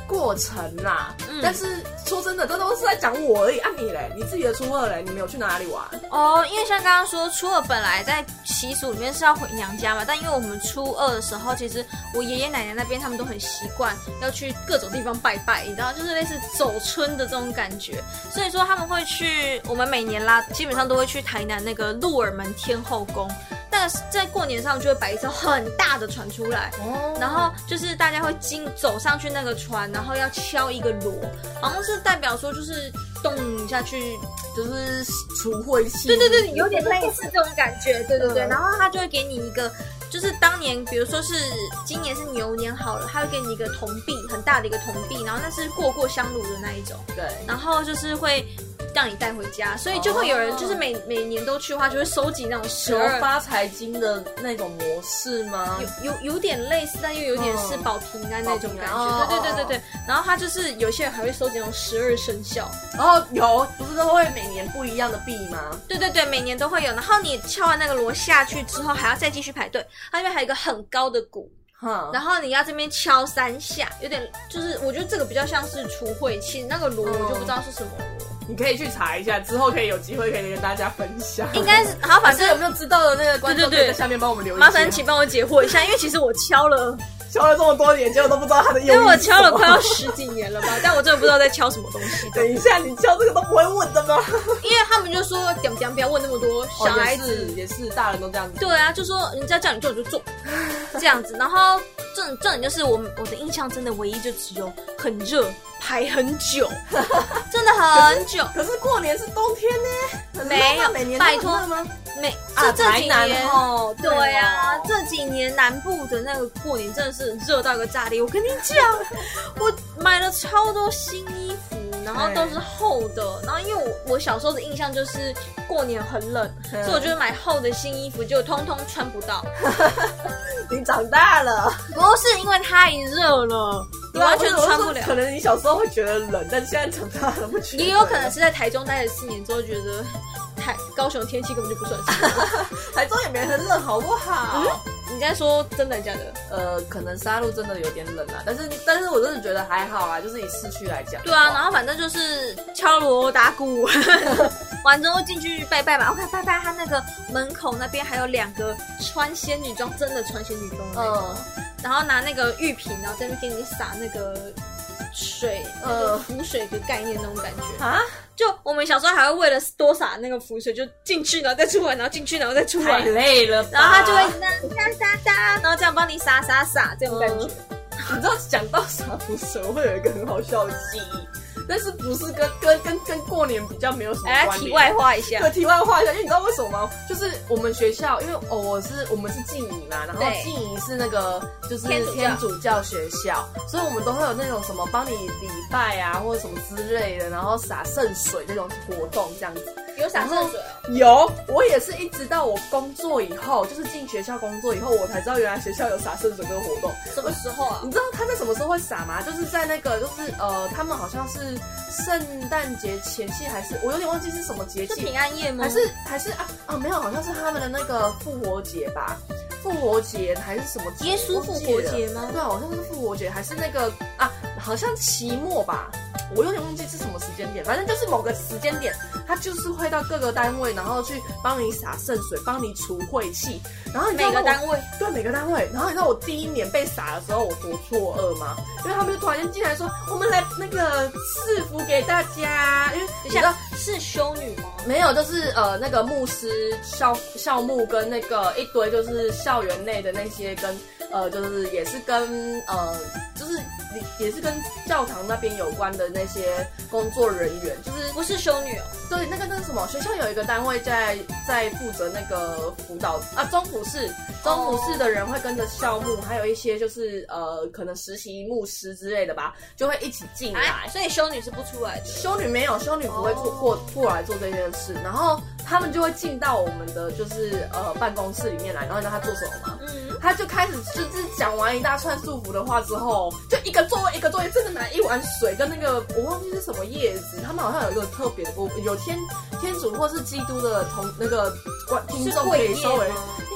过程啦。嗯，但是说真的，这都是在讲我而已啊。你嘞，你自己的初二嘞，你没有去哪里玩？ 哦，因为像刚刚说，初二本来在习俗里面是要回娘家嘛，但因为我们初二的时候，其实我爷爷奶奶那边他们都很习惯要去各种地方拜拜，你知道，就是类似走春的这种感觉，所以说他们会去，我们每年啦，基本上都会去台南那个鹿耳门天后宫。但是在过年上就会摆一艘很大的船出来，哦，然后就是大家会经走上去那个船，然后要敲一个锣，好像是代表说就是动下去， 就是除晦气。 对对对，有点类似这种感觉，对对对。然后他就会给你一个，就是当年比如说是今年是牛年好了，他会给你一个铜币，很大的一个铜币，然后那是过过香炉的那一种， 对， 然后就是会让你带回家，所以就会有人就是每、哦、每年都去的话，就会收集那种十二发财金的那种模式吗？ 有有有点类似，但又有点是保平安那种感觉。哦、对对对对对。然后他就是有些人还会收集那种十二生肖。 哦，有，不是都会每年不一样的币吗？ 对对对，每年都会有。然后你敲完那个锣下去之后，还要再继续排队。它那边还有一个很高的鼓。嗯、然后你要这边敲三下，有点就是我觉得这个比较像是除晦气，那个锣我就不知道是什么锣。 你可以去查一下，之后可以有机会可以跟大家分享。 应该是好，反正有没有知道的那个观众可以在下面帮我们留言。 麻烦请帮我解惑一下，因为其实我敲了敲了这么多年，结果都不知道它的用意。 因为我敲了快要十几年了吧，但我真的不知道在敲什么东西。 等一下，你敲这个都不会问的吗？ 因为他们就说点点不要问那么多，小孩子、 哦、也, 是也是大人都这样子。 对啊，就说人家叫你做你就做，这样子。然后重重点就是我我的印象真的唯一就只有很热。排很久，真的很久。 可是, 可是过年是冬天呢， 没有， 每年拜托吗？ 每这这几年哦， 对啊，这几年南部的那个过年真的是热到一个炸裂。我跟你讲，我买了超多新衣服，然后都是厚的。然后因为我我小时候的印象就是过年很冷，所以我就买厚的新衣服，结果通通穿不到。 你长大了， 不是因为太热了。你完全穿不了， 可能你小时候会觉得冷，但现在长大了不觉得。 也有可能是在台中待了四年之后，觉得台高雄天气根本就不算是。 台中也没很冷，好不好？ 嗯，你在说真的假的？ 呃，可能沙鹿真的有点冷啊，但是但是我真的觉得还好啊，就是以市区来讲。 对啊，然后反正就是敲锣打鼓，完之后进去拜拜嘛。我看拜拜，他那个门口那边还有两个穿仙女装，真的穿仙女装的那种。嗯，然后拿那个玉瓶，然后在那边给你洒那个水，呃，浮水的概念那种感觉啊。就我们小时候还会为了多洒那个浮水，就进去然后再出来，然后进去然后再出来， 太累了吧。 然后他就会哒哒哒，然后这样帮你洒洒洒这种感觉。 嗯、你知道讲到洒浮水，我会有一个很好笑的记忆。但是不是跟跟跟跟过年比较没有什么关联。 来题外话一下， 对，题外话一下，因为你知道为什么吗？就是我们学校，因为哦，我是我们是静宜嘛，然后静宜是那个就是天主教学校，所以我们都会有那种什么帮你礼拜啊，或者什么之类的，然后洒圣水这种活动这样子。 有洒圣水哦？ 有，我也是一直到我工作以后，就是进学校工作以后，我才知道原来学校有洒圣水这个活动。 什么时候啊？ 你知道他在什么时候会洒吗？就是在那个，就是呃，他们好像是圣诞节前夕，还是我有点忘记是什么节气？ 是平安夜吗？ 还是还是啊啊没有，好像是他们的那个复活节吧？复活节还是什么节？ 耶稣复活节吗？ 对啊，好像是复活节，还是那个啊，好像期末吧。我有点忘记是什么时间点，反正就是某个时间点，他就是会到各个单位，然后去帮你洒圣水，帮你除晦气。然后你知道每个单位， 对每个单位。然后你知道我第一年被洒的时候，我多错愕吗？因为他们就突然间进来说，我们来那个赐福给大家。因为你知道是修女吗？ 没有，就是呃那个牧师、校校牧跟那个一堆就是校园内的那些跟呃就是也是跟呃就是也是跟教堂那边有关的那些工作人员，就是不是修女哦。 对，那个那个什么学校有一个单位在在负责那个辅导啊，中辅室，中辅室的人会跟着校牧，还有一些就是呃可能实习牧师之类的吧，就会一起进来。 啊、所以修女是不出来的。 修女没有，修女不会做过过来做这件事，然后他们就会进到我们的就是呃办公室里面来，然后你知道他做什么吗？嗯，他就开始就是讲完一大串祝福的话之后，就一个座位一个座位真的拿一碗水跟那个我忘记是什么叶子，他们好像有一个特别的，我有天天主或是基督的同那个观听众可以稍微应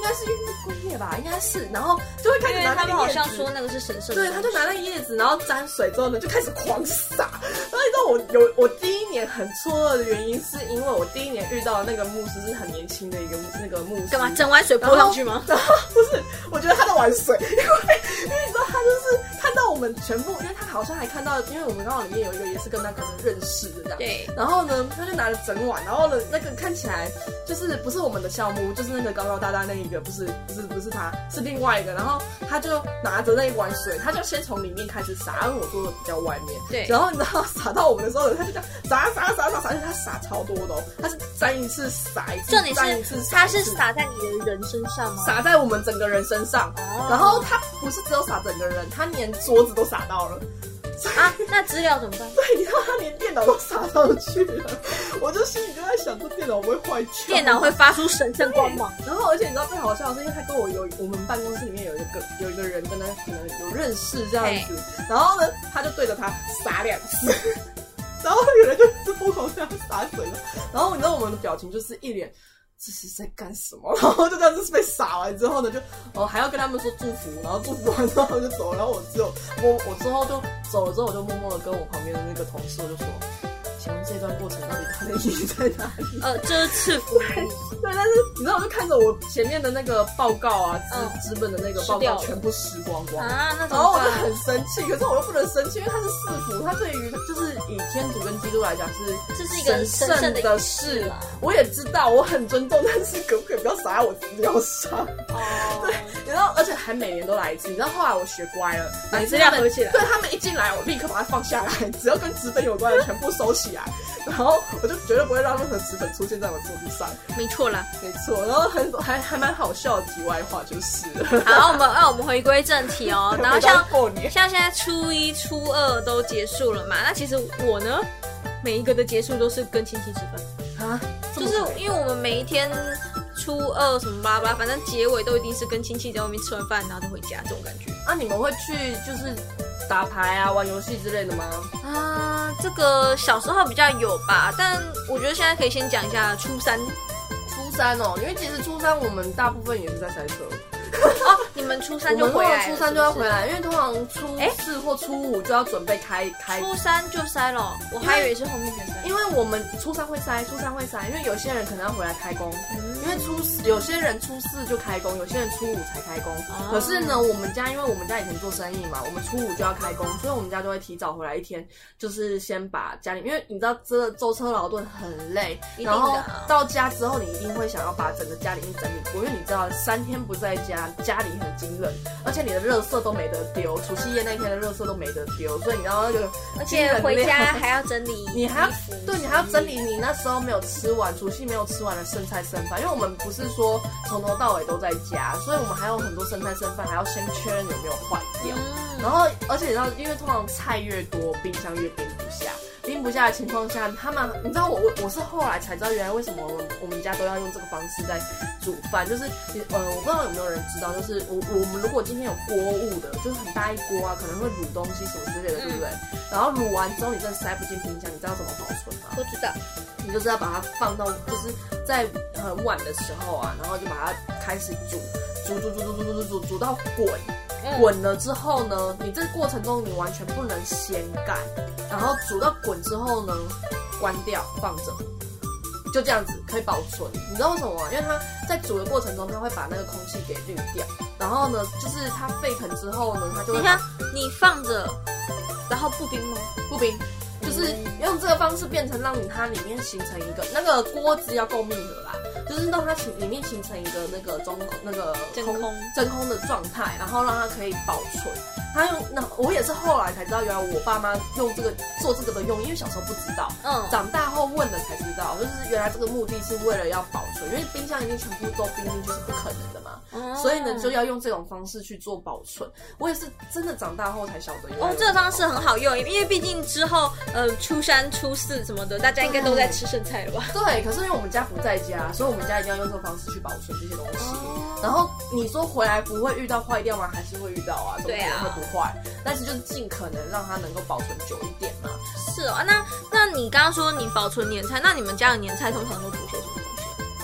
应该是因为过夜吧，应该是，然后就会开始拿那个叶子， 他们好像说那个是神圣的， 对，他就拿那个叶子，然后沾水之后呢，就开始狂撒。然后你知道我有我第一年很错愕的原因，是因为我第一年遇到的那个牧师是很年轻的一个那个牧师， 干嘛整碗水泼上去吗？ 然后不是，我觉得他在玩水，因为因为你知道他就是看到我们全部，因为他好像还看到，因为我们刚好里面有一个也是跟他可能认识的这样， 对， 然后呢，他就拿了整碗，然后呢，那个看起来就是不是我们的酵母，就是那个高高大大那一个，不是不是不是他，是另外一个，然后他就拿着那一碗水，他就先从里面开始洒，因为我坐的比较外面， 对， 然后你知道洒到我们的时候，他就这样洒洒洒洒洒，而且他洒超多的哦，他是沾一次洒一次， 重点沾一次是他是洒在你的人身上吗？ 洒在我们整个人身上，哦、然后他不是只有洒整个人，他连桌子都洒到了。 啊，那资料怎么办？ 对，你知道他连电脑都洒上去了，我就心里就在想，这电脑不会坏掉？ 电脑会发出神圣光芒。 然后，而且你知道最好笑的是，因为他跟我有我们办公室里面有一个有一个人跟他可能有认识这样子，然后呢，他就对着他洒两次，然后有人就疯狂这样洒水了，然后你知道我们的表情就是一脸。这是在干什么？然后就这样子被撒完之后呢，就哦还要跟他们说祝福，然后祝福完之后就走，然后我只有我我之后就走了之后，我就默默的跟我旁边的那个同事我就说，请问这段过程到底它的意义在哪里？ 呃，这是赐福。 对，但是你知道，我就看着我前面的那个报告啊，资资本的那个报告全部湿光光啊，那怎么办？ 然后我就很生气，可是我又不能生气，因为它是赐福，它对于就是以天主跟基督来讲是这是一个神圣的事。我也知道，我很尊重，但是可不可以不要撒在我资料上？哦，对，然后而且还每年都来一次。你知道后来我学乖了， 把资料合起来。 对，他们一进来，我立刻把它放下来，只要跟纸本有关的全部收起来，然后我就绝对不会让任何纸本出现在我桌子上。 没错啦， 没错。然后很还还蛮好笑的题外话就是， 好，我们那我们回归正题哦。然后像像现在初一、初二都结束了嘛，那其实我呢，每一个的结束都是跟亲戚吃饭啊， 就是因为我们每一天初二什么巴拉巴拉，反正结尾都一定是跟亲戚在外面吃完饭然后再回家这种感觉。 啊，你们会去就是打牌啊、玩游戏之类的吗？ 啊，这个小时候比较有吧，但我觉得现在可以先讲一下初三。 初三哦，因为其实初三我们大部分也是在塞车。 哦，你们初三就回来了？ 初三就要回来，因为通常初四或初五就要准备开开。 初三就塞了，我还以为是后面才塞。 因为我们初三会塞，初三会塞，因为有些人可能要回来开工，嗯、因为初有些人初四就开工，有些人初五才开工。哦、可是呢，我们家因为我们家以前做生意嘛，我们初五就要开工，所以我们家就会提早回来一天，就是先把家里，因为你知道这舟车劳顿很累，然后到家之后你一定会想要把整个家里面整理过，因为你知道三天不在家。家里很惊人，而且你的垃圾都没得丢，除夕夜那天的垃圾都没得丢，所以你要那个， 而且回家还要整理， 你还要对，你还要整理你那时候没有吃完，除夕没有吃完的剩菜剩饭，因为我们不是说从头到尾都在家，所以我们还有很多剩菜剩饭，还要先确认有没有坏掉，嗯、然后而且你知道，因为通常菜越多，冰箱越冰不下。冰不下的情况下，他们你知道我我我是后来才知道，原来为什么我们我们家都要用这个方式在煮饭，就是呃我不知道有没有人知道，就是我我们如果今天有锅物的，就是很大一锅啊，可能会卤东西什么之类的，嗯、对不对？然后卤完之后你真的塞不进冰箱，你知道怎么保存吗？ 不知道， 你就是要把它放到就是在很晚的时候啊，然后就把它开始煮煮煮煮煮煮煮煮煮到滚。滚了之后呢，你这个过程中你完全不能掀盖，然后煮到滚之后呢，关掉放着，就这样子可以保存。你知道为什么吗？因为它在煮的过程中，它会把那个空气给滤掉，然后呢，就是它沸腾之后呢，它就会。 你看，你放着，然后不冰吗？ 不冰。就是用这个方式变成让它里面形成一个那个锅子要够密合啦，就是让它里面形成一个那个中那个真空真空的状态，然后让它可以保存。他用那我也是后来才知道，原来我爸妈用这个做这个的用意，因为小时候不知道，嗯，长大后问了才知道，就是原来这个目的是为了要保存，因为冰箱一定全部都冰进去是不可能的嘛，嗯、所以呢就要用这种方式去做保存。我也是真的长大后才晓得， 哦，这个方式很好用，因为毕竟之后呃初三、初四什么的，大家应该都在吃剩菜了吧？ 对，可是因为我们家不在家，所以我们家一定要用这个方式去保存这些东西。哦、然后你说回来不会遇到坏掉吗？还是会遇到啊， 对啊， 会不坏，但是就是尽可能让它能够保存久一点嘛。 是哦，那那你刚刚说你保存年菜，那你们家的年菜通常都煮些什么东西？ 我们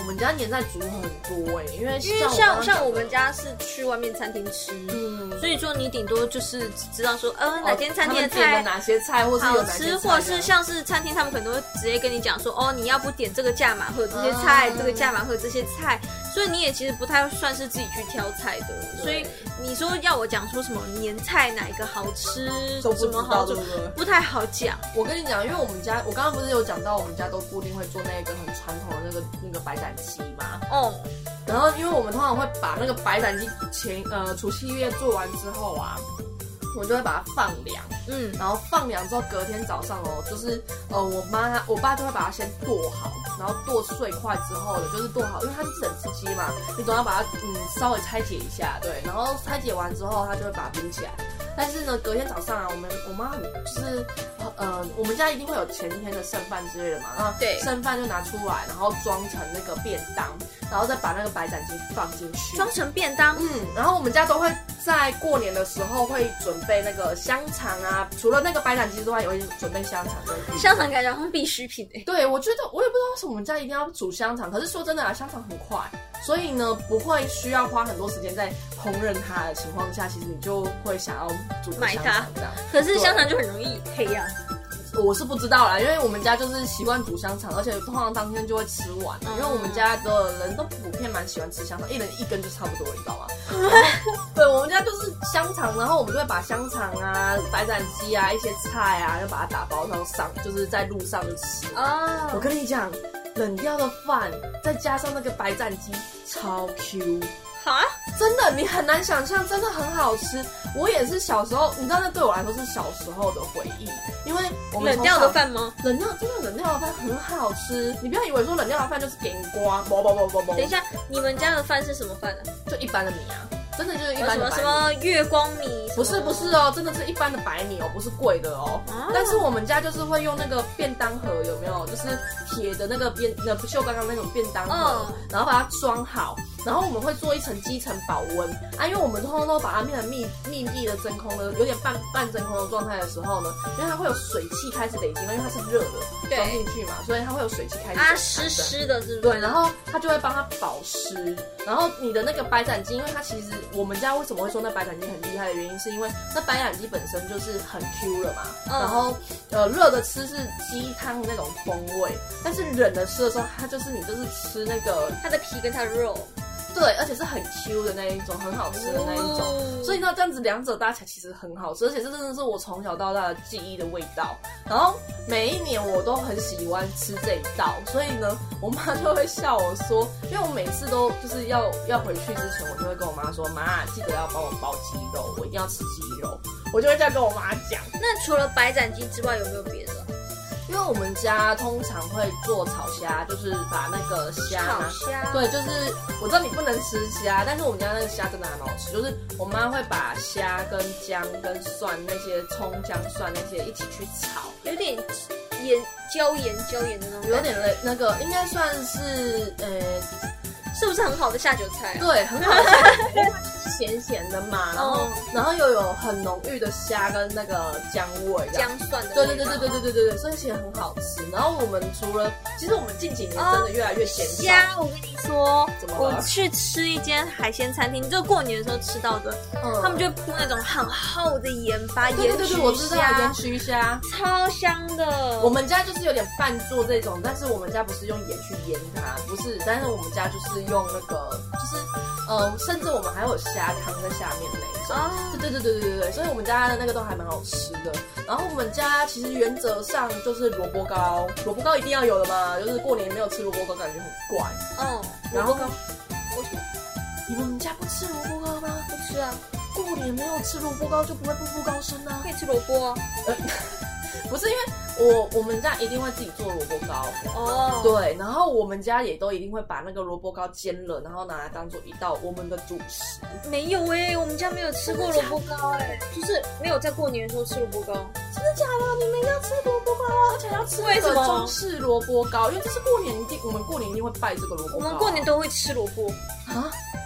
们家年菜煮很多哎、欸，因为因为像像我们家是去外面餐厅吃，嗯，所以说你顶多就是知道说，呃，哪间餐厅的菜、 哦、哪些菜，或是有哪些菜， 或者是像是餐厅他们可能会直接跟你讲说，哦，你要不点这个价码会有这些菜，嗯、这个价码会有这些菜，所以你也其实不太算是自己去挑菜的。所以你说要我讲出什么年菜哪一个好吃，什么好煮，不太好讲。 我跟你讲，因为我们家我刚刚不是有讲到，我们家都固定会做那个很传统的那个那个白斩鸡嘛。哦。然后因为我们通常会把那个白斩鸡前呃除夕夜做完之后啊，我就会把它放凉，嗯，然后放凉之后隔天早上哦，就是呃我妈我爸就会把它先剁好，然后剁碎块之后的，就是剁好，因为它是整只鸡嘛，你总要把它嗯稍微拆解一下，对，然后拆解完之后，他就会把它冰起来。但是呢，隔天早上啊，我们我妈很就是呃，我们家一定会有前一天的剩饭之类的嘛，然后对剩饭就拿出来，然后装成那个便当，然后再把那个白斩鸡放进去， 装成便当。 嗯，然后我们家都会在过年的时候会准备那个香肠啊，除了那个白斩鸡之外，也会准备香肠跟香肠，感觉好像必需品哎、欸。 对，我觉得我也不知道为什么我们家一定要煮香肠，可是说真的啊，香肠很快，所以呢不会需要花很多时间在烹饪它的情况下，其实你就会想要煮香肠这样。 可是香肠就很容易黑啊。 我是不知道啦，因为我们家就是习惯煮香肠，而且通常当天就会吃完，嗯、因为我们家的人都普遍蛮喜欢吃香肠，一人一根就差不多了，你知道吗？对，我们家就是香肠，然后我们就会把香肠啊、白斩鸡啊、一些菜啊，就把它打包然后上，就是在路上就吃。啊、我跟你讲，冷掉的饭再加上那个白斩鸡，超 Q。 啊， 真的，你很难想象，真的很好吃。我也是小时候，你知道，那对我来说是小时候的回忆，因为我们冷掉的饭吗？ 冷掉，真的冷掉的饭很好吃。你不要以为说冷掉的饭就是给你刮，不不不不不。 等一下，你们家的饭是什么饭呢、 啊？就一般的米啊。真的就是一般的白米， 什么什么月光米？ 不是不是哦，真的是一般的白米哦，不是贵的哦。啊、但是我们家就是会用那个便当盒，有没有？就是铁的那个便，那不锈钢的那种便当盒，嗯、然后把它装好。然后我们会做一层基层保温啊，因为我们通通都把它变成密密闭的真空的，有点半半真空的状态的时候呢，因为它会有水汽开始累积嘛，因为它是热的装进去嘛，所以它会有水汽开始啊湿湿的，是不是？ 对，然后它就会帮它保湿。然后你的那个白斩鸡，因为它其实我们家为什么会说那白斩鸡很厉害的原因，是因为那白斩鸡本身就是很 Q 了嘛，嗯、然后呃热的吃是鸡汤那种风味，但是冷的吃的时候，它就是你就是吃那个它的皮跟它的肉。 对，而且是很 Q 的那一种，很好吃的那一种，哦、所以呢，这样子两者搭起来其实很好吃，而且这真的是我从小到大的记忆的味道。然后每一年我都很喜欢吃这一道，所以呢，我妈就会笑我说，因为我每次都就是要要回去之前，我就会跟我妈说，妈，记得要帮我包鸡肉，我一定要吃鸡肉，我就会这样跟我妈讲。 那除了白斩鸡之外，有没有别的？ 因为我们家通常会做炒虾，就是把那个虾， 炒虾， 对，就是我知道你不能吃虾，但是我们家那个虾真的还蛮好吃，就是我妈会把虾跟姜跟蒜那些葱姜蒜那些一起去炒， 有点盐椒盐椒盐的那种， 有点类那个应该算是呃， 是不是很好的下酒菜、啊？ 对，很好的下酒菜。咸咸的嘛，然后、嗯、然后又有很浓郁的虾跟那个姜味， 姜蒜的， 对对对对对对对对对，所以其实很好吃。然后我们除了，其实我们近几年真的越来越咸少。 虾、哦，我跟你说， 怎么了？ 我去吃一间海鲜餐厅，就过年的时候吃到的，嗯、他们就会铺那种很厚的盐巴， 对对对对，我知道盐焗虾， 超香的。 我们家就是有点半做这种，但是我们家不是用盐去腌它，不是，但是我们家就是用那个，就是呃，甚至我们还有虾汤在下面那一种。啊，对对对对对对对，所以我们家的那个都还蛮好吃的。然后我们家其实原则上就是萝卜糕，萝卜糕一定要有的嘛，就是过年没有吃萝卜糕感觉很怪。嗯，然后为什么？你们家不吃萝卜糕吗？ 不吃啊。 过年没有吃萝卜糕就不会步步高升啊。 可以吃萝卜啊。呃不是因为我我们家一定会自己做萝卜糕哦，对，然后我们家也都一定会把那个萝卜糕煎了，然后拿来当做一道我们的主食。 没有哎、欸，我们家没有吃过萝卜糕哎、欸，就是没有在过年的时候吃萝卜糕。 真的假的？你们要吃萝卜糕啊，而且要吃那个中式萝卜糕，因为这是过年一定我们过年一定会拜这个萝卜糕、啊。 我们过年都会吃萝卜啊。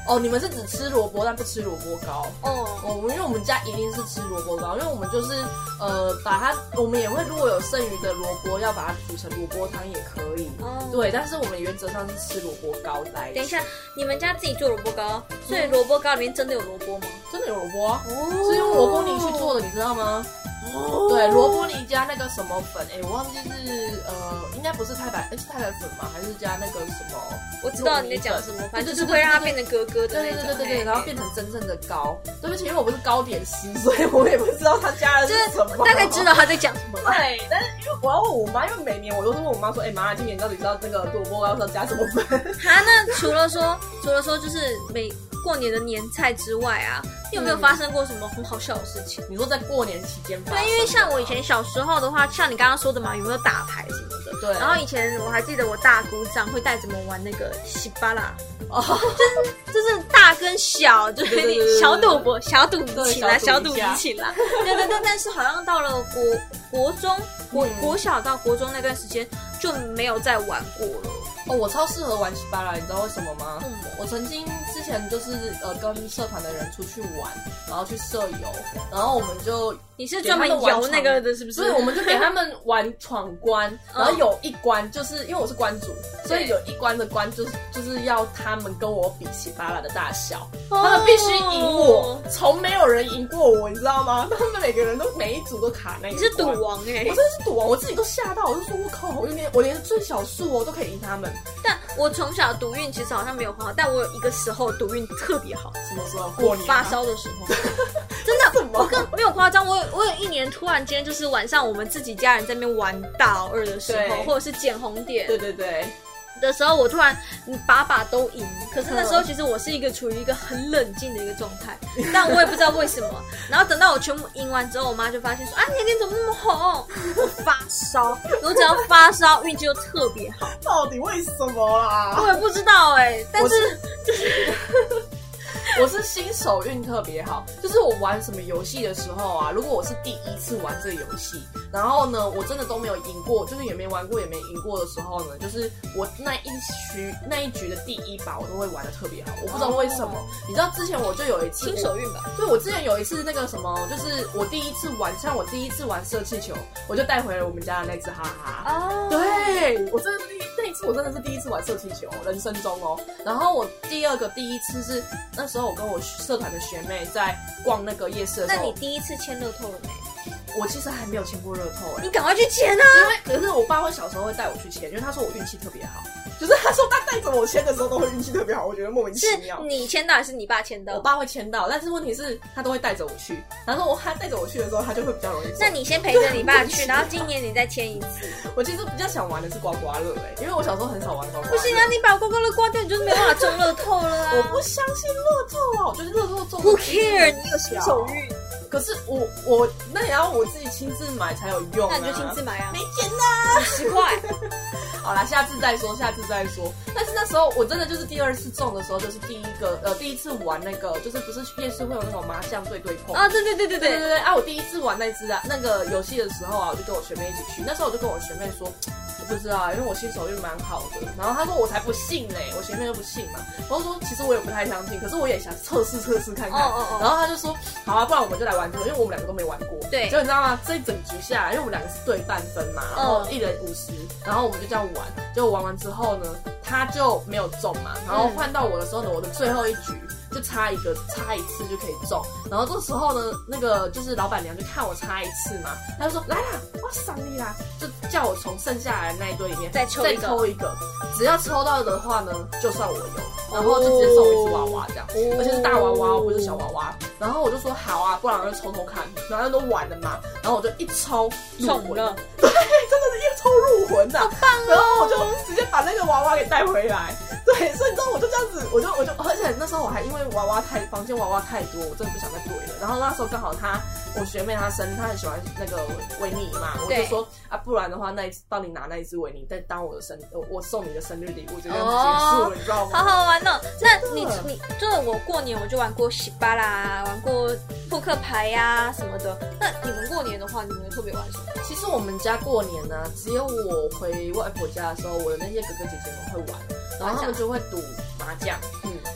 哦，你们是只吃萝卜但不吃萝卜糕哦。哦，因为我们家一定是吃萝卜糕，因为我们就是呃把它，我们也会如果有剩余的萝卜要把它煮成萝卜汤也可以。哦，对，但是我们原则上是吃萝卜糕来。 等一下，你们家自己做萝卜糕，所以萝卜糕里面真的有萝卜吗？ 真的有萝卜啊，哦、是用萝卜泥去做的，你知道吗？哦，对，萝卜泥加那个什么粉，哎，我忘记是呃，应该不是太白，哎，是太白粉吗？还是加那个什么？ 我知道你在讲什么，反正就是会让它变成格格的那种。 对对对对对，然后变成真正的糕。对不起，因为我不是糕点师，所以我也不知道他加的是什么。 大概知道他在讲什么。 对，但是因为我要问我妈，因为每年我都是问我妈说，哎，妈，今年到底知道这个萝卜糕要加什么粉？ 哈，那除了说，除了说就是每过年的年菜之外啊。你有没有发生过什么很好笑的事情？ 你说在过年期间发生？ 对，因为像我以前小时候的话，像你刚刚说的嘛，有没有打牌什么的？ 对。 然后以前我还记得我大姑丈会带着我们玩那个西巴拉，哦，就是就是大跟小，就是小赌博、小赌怡情啦，小赌怡情啦。对对对，但是好像到了国国中、国国小到国中那段时间就没有再玩过了。 哦，我超适合玩西巴拉，你知道为什么吗？嗯，我曾经之前就是呃跟社团的人出去玩，然后去社游，然后我们就你是专门游那个的，是不是？ 所以我们就给他们玩闯关，然后有一关就是因为我是关主，所以有一关的关就是就是要他们跟我比西巴拉的大小，他们必须赢我，从没有人赢过我，你知道吗？他们每个人都每一组都卡那一关。 你是赌王哎、欸！ 我真的是赌王，我自己都吓到，我就说我靠，我连我连最小数哦都可以赢他们。 但我从小赌运其实好像没有很好，但我有一个时候赌运特别好。 什么时候？过年、 啊、发烧的时候。真的，我跟没有夸张，我有我有一年突然间就是晚上我们自己家人在那边玩大老二的时候，或者是捡红点。 对对对。 的时候，我突然把把都赢，可是那时候其实我是一个处于一个很冷静的一个状态，但我也不知道为什么。然后等到我全部赢完之后，我妈就发现说：“啊，你脸怎么那么红？”我发烧，我只要发烧，运气就特别好。 到底为什么啦？ 我也不知道哎、欸，但是就是。 我是新手运特别好，就是我玩什么游戏的时候啊，如果我是第一次玩这个游戏，然后呢，我真的都没有赢过，就是也没玩过也没赢过的时候呢，就是我那一局那一局的第一把我都会玩的特别好，我不知道为什么。哦、你知道之前我就有一次新手运吧？ 对，我之前有一次那个什么，就是我第一次玩，像我第一次玩射气球，我就带回了我们家的那只哈哈。哦，对，我真的是第一那一次我真的是第一次玩射气球，人生中哦。然后我第二个第一次是那时候。我跟我社团的学妹在逛那个夜市的时候， 那你第一次签乐透了没？ 我其实还没有签过乐透哎、欸， 你赶快去签啊！ 因为可是我爸会小时候会带我去签，因为他说我运气特别好，就是他说他带着我签的时候都会运气特别好，我觉得莫名其妙。 是你签到还是你爸签到？ 我爸会签到，但是问题是他都会带着我去，然后我他带着我去的时候，他就会比较容易。 那你先陪着你爸去，然后今年你再签一次。 我其实比较想玩的是刮刮乐哎、欸，因为我小时候很少玩刮刮乐。 不行啊，你把刮刮乐刮掉，你就是没办法中乐透了啊！ 我不相信乐透啊，我觉得乐透中。 Who care？ 你有新手运。 可是我我那也要我自己亲自买才有用啊！ 那你就亲自买啊！ 没钱呐、 五十块。 好啦，下次再说，下次再说。但是那时候我真的就是第二次中的时候，就是第一个呃第一次玩那个，就是不是夜市会有那种麻将对对碰啊？对对对对对对对对啊！我第一次玩那只啊那个游戏的时候啊，我就跟我学妹一起去。那时候我就跟我学妹说，我不知道啊，因为我新手运蛮好的。然后她说我才不信嘞、欸，我学妹就不信嘛。然后说其实我也不太相信，可是我也想测试测试看看。哦哦哦然后她就说好啊，不然我们就来玩这个，因为我们两个都没玩过。 对。 就你知道吗？这一整局下来，因为我们两个是对半分嘛，然后一人五十，然后我们就这样玩。结果玩完之后呢，他就没有中嘛，然后换到我的时候呢，我的最后一局就差一个，差一次就可以中。然后这时候呢，那个就是老板娘就看我差一次嘛，她就说来啦，我赏你啦，就叫我从剩下来的那一堆里面再抽一个， 再抽一个，只要抽到的话呢，就算我有，然后就直接送我一只娃娃这样，哦、而且是大娃娃，不是小娃娃。然后我就说好啊，不然我就抽抽看，然后都晚了嘛，然后我就一抽入魂了，对，真的是一抽入魂的、啊， 好棒哦！ 然后我就直接把那个娃娃给带回来，对，所以你知道我就这样子，我就我就，而且那时候我还因为娃娃太房间娃娃太多，我真的不想再堆了。然后那时候刚好她我学妹她生日，她很喜欢那个维尼嘛，我就说啊，不然的话那一次帮你拿那一只维尼，再当我的生我送你的生日礼物，就这样子结束了，哦、你知道吗？ 好好玩哦！那你你就是我过年我就玩过洗巴啦，玩过扑克牌呀、啊、什么的。那你们过年的话，你们特别玩什么？ 其实我们家过年呢、啊，只有我回外婆家的时候，我的那些哥哥姐姐们会玩，然后他们就会赌麻将，嗯。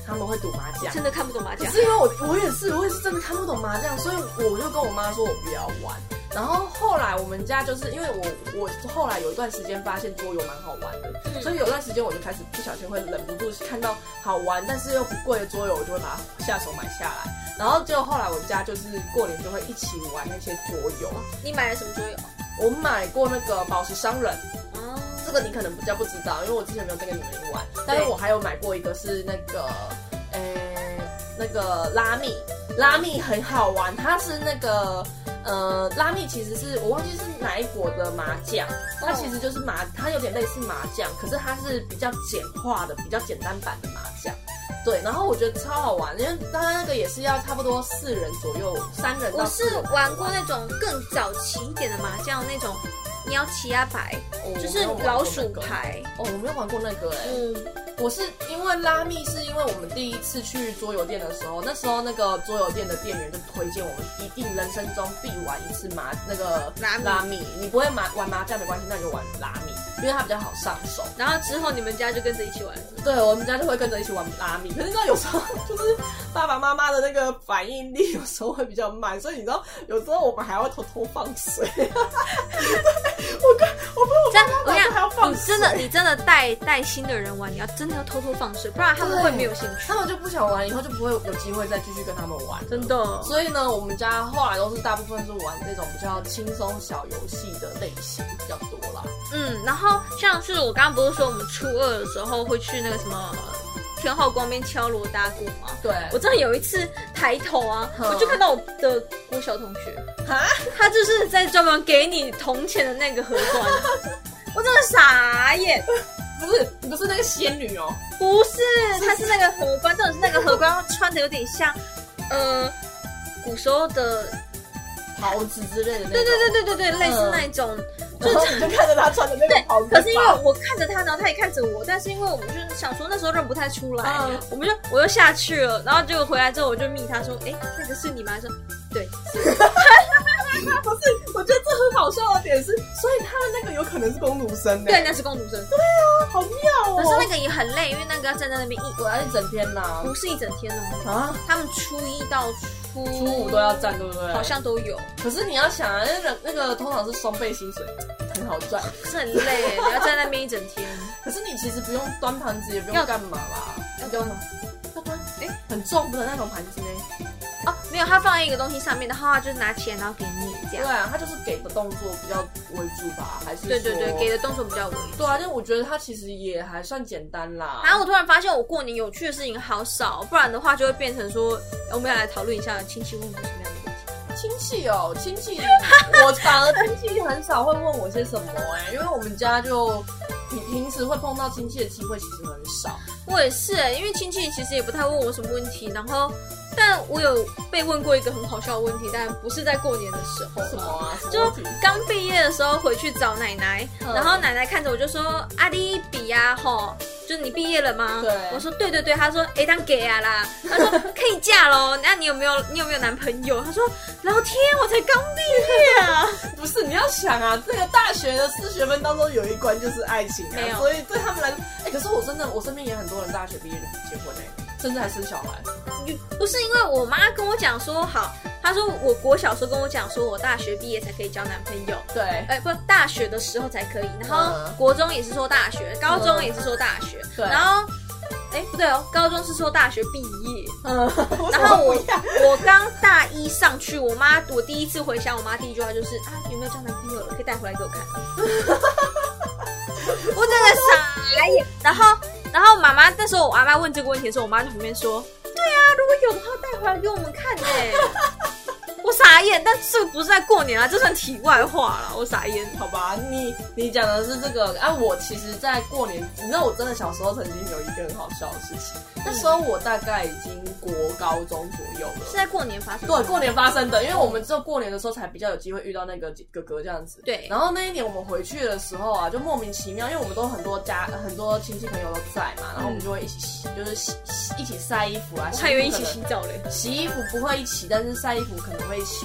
他们会赌麻将， 真的看不懂麻将。 是因为我我也是，我也是真的看不懂麻将，所以我就跟我妈说我不要玩。然后后来我们家就是因为我我后来有一段时间发现桌游蛮好玩的，嗯、所以有段时间我就开始不小心会忍不住看到好玩但是又不贵的桌游，我就会把它下手买下来。然后就后来我家就是过年就会一起玩那些桌游。 你买了什么桌游？ 我买过那个宝石商人。哦，这个你可能比较不知道，因为我之前没有再跟你们玩。但是我还有买过一个是那个，呃，那个拉密，拉密很好玩，它是那个。呃，拉密其实是我忘记是哪一国的麻将，它其实就是麻，它有点类似麻将，可是它是比较简化的、比较简单版的麻将。对，然后我觉得超好玩，因为它那个也是要差不多四人左右，三人到四人。 我是玩过那种更早期一点的麻将，那种你要骑啊牌，哦、就是老鼠牌。 哦，我没有玩过那个哎、欸。嗯。我是因为拉密，是因为我们第一次去桌游店的时候，那时候那个桌游店的店员就推荐我们一定人生中必玩一次麻那个拉拉密。你不会麻玩麻将没关系，那就玩拉密，因为它比较好上手。 然后之后你们家就跟着一起玩。 对，我们家就会跟着一起玩拉密。可是你知道有时候就是爸爸妈妈的那个反应力有时候会比较慢，所以你知道有时候我们还要偷偷放水。我跟我跟我妈妈还要放水。 你真的你真的带带新的人玩，你要真的要偷偷放水，不然他们会没有兴趣， 他们就不想玩，以后就不会有机会再继续跟他们玩。 真的。 所以呢，我们家后来都是大部分是玩这种比较轻松小游戏的类型比较多啦。 嗯，然后像是我刚刚不是说我们初二的时候会去那个什么天后光边敲锣打鼓吗？ 对， 我真的有一次抬头啊，我就看到我的国小同学，他就是在专门给你铜钱的那个荷官，我真的傻眼。 不是，你不是那个仙女哦？ 不是，他是那个荷官，真的是那个荷官穿的有点像，呃，古时候的袍子之类的那种。 对对对对对对，类似那一种。 然后你就看着他穿的那个袍子。 可是因为我看着他，然后他也看着我，但是因为我们就是想说那时候认不太出来，嗯、我们就我就下去了，然后结果回来之后我就密他说，哎，那个是你吗？他说对，是。 不是，我觉得这很好笑的点是，所以他的那个有可能是工读生呢、 欸。对，那是工读生。 对啊，好妙哦。 可是那个也很累，因为那个要站在那边一， 我要一整天呐、啊。 不是一整天哦。啊？他们初一到初初五都要站，对不对？ 好像都有。 可是你要想啊，那个那个通常是双倍薪水，很好赚。 是很累，你要站在那边一整天。 可是你其实不用端盘子，也不用干嘛吧？ 要端吗？ 要端。哎、欸，很重的那种盘子呢。 哦，没有，他放在一个东西上面，然后他就是拿起来，然后给你这样。 对啊，他就是给的动作比较为主吧，还是对对对，给的动作比较为主。 对啊，但我觉得他其实也还算简单啦。 然后我突然发现，我过年有趣的事情好少，不然的话就会变成说，我们要来讨论一下亲戚问我什么样的问题。 亲戚哦，亲戚，我反而亲戚很少会问我些什么哎、欸，因为我们家就平平时会碰到亲戚的机会其实很少。 我也是哎、欸，因为亲戚其实也不太问我什么问题，然后。但我有被问过一个很好笑的问题，但不是在过年的时候。 什么啊？ 就刚毕业的时候回去找奶奶，嗯、然后奶奶看着我就说：“阿弟比呀，吼，就是你毕业了吗？” 对， 我说：“对对对。”他说：“哎，当给啊啦。”他说：“可以嫁喽。”那你有没有你有没有男朋友？他说：“老天，我才刚毕业啊！” 不是，你要想啊，这个大学的四学分当中有一关就是爱情、啊， 没有， 所以对他们来说，哎、欸，可是我真的，我身边也很多人大学毕业就不结婚哎、欸。甚至还生小孩， 不是因为我妈跟我讲说好，她说我国小时候跟我讲说我大学毕业才可以交男朋友， 对， 哎、欸、不，大学的时候才可以，然后国中也是说大学，高中也是说大学， 对、嗯， 然后哎、欸、不对哦，高中是说大学毕业，嗯，然后我我刚大一上去，我妈我第一次回乡，我妈第一句话就是啊有没有交男朋友了，可以带回来给我看，我真的傻眼，然后。然后妈妈那时候我阿妈问这个问题的时候，我妈在旁边说：“对啊，如果有的话带回来给我们看哎。”我傻眼，但这不是在过年啊，这算题外话啦。我傻眼， 好吧？你你讲的是这个啊？我其实，在过年，你知道我真的小时候曾经有一个很好笑的事情。嗯、那时候我大概已经国高中左右了， 是在过年发生的。 对，过年发生的，因为我们只有过年的时候才比较有机会遇到那个哥哥这样子。 对。 然后那一年我们回去的时候啊，就莫名其妙，因为我们都很多家很多亲戚朋友都在嘛，然后我们就会一起洗，就是洗一起晒衣服啊。 我还以为一起洗澡嘞。 洗衣服不会一起，但是晒衣服可能会一起。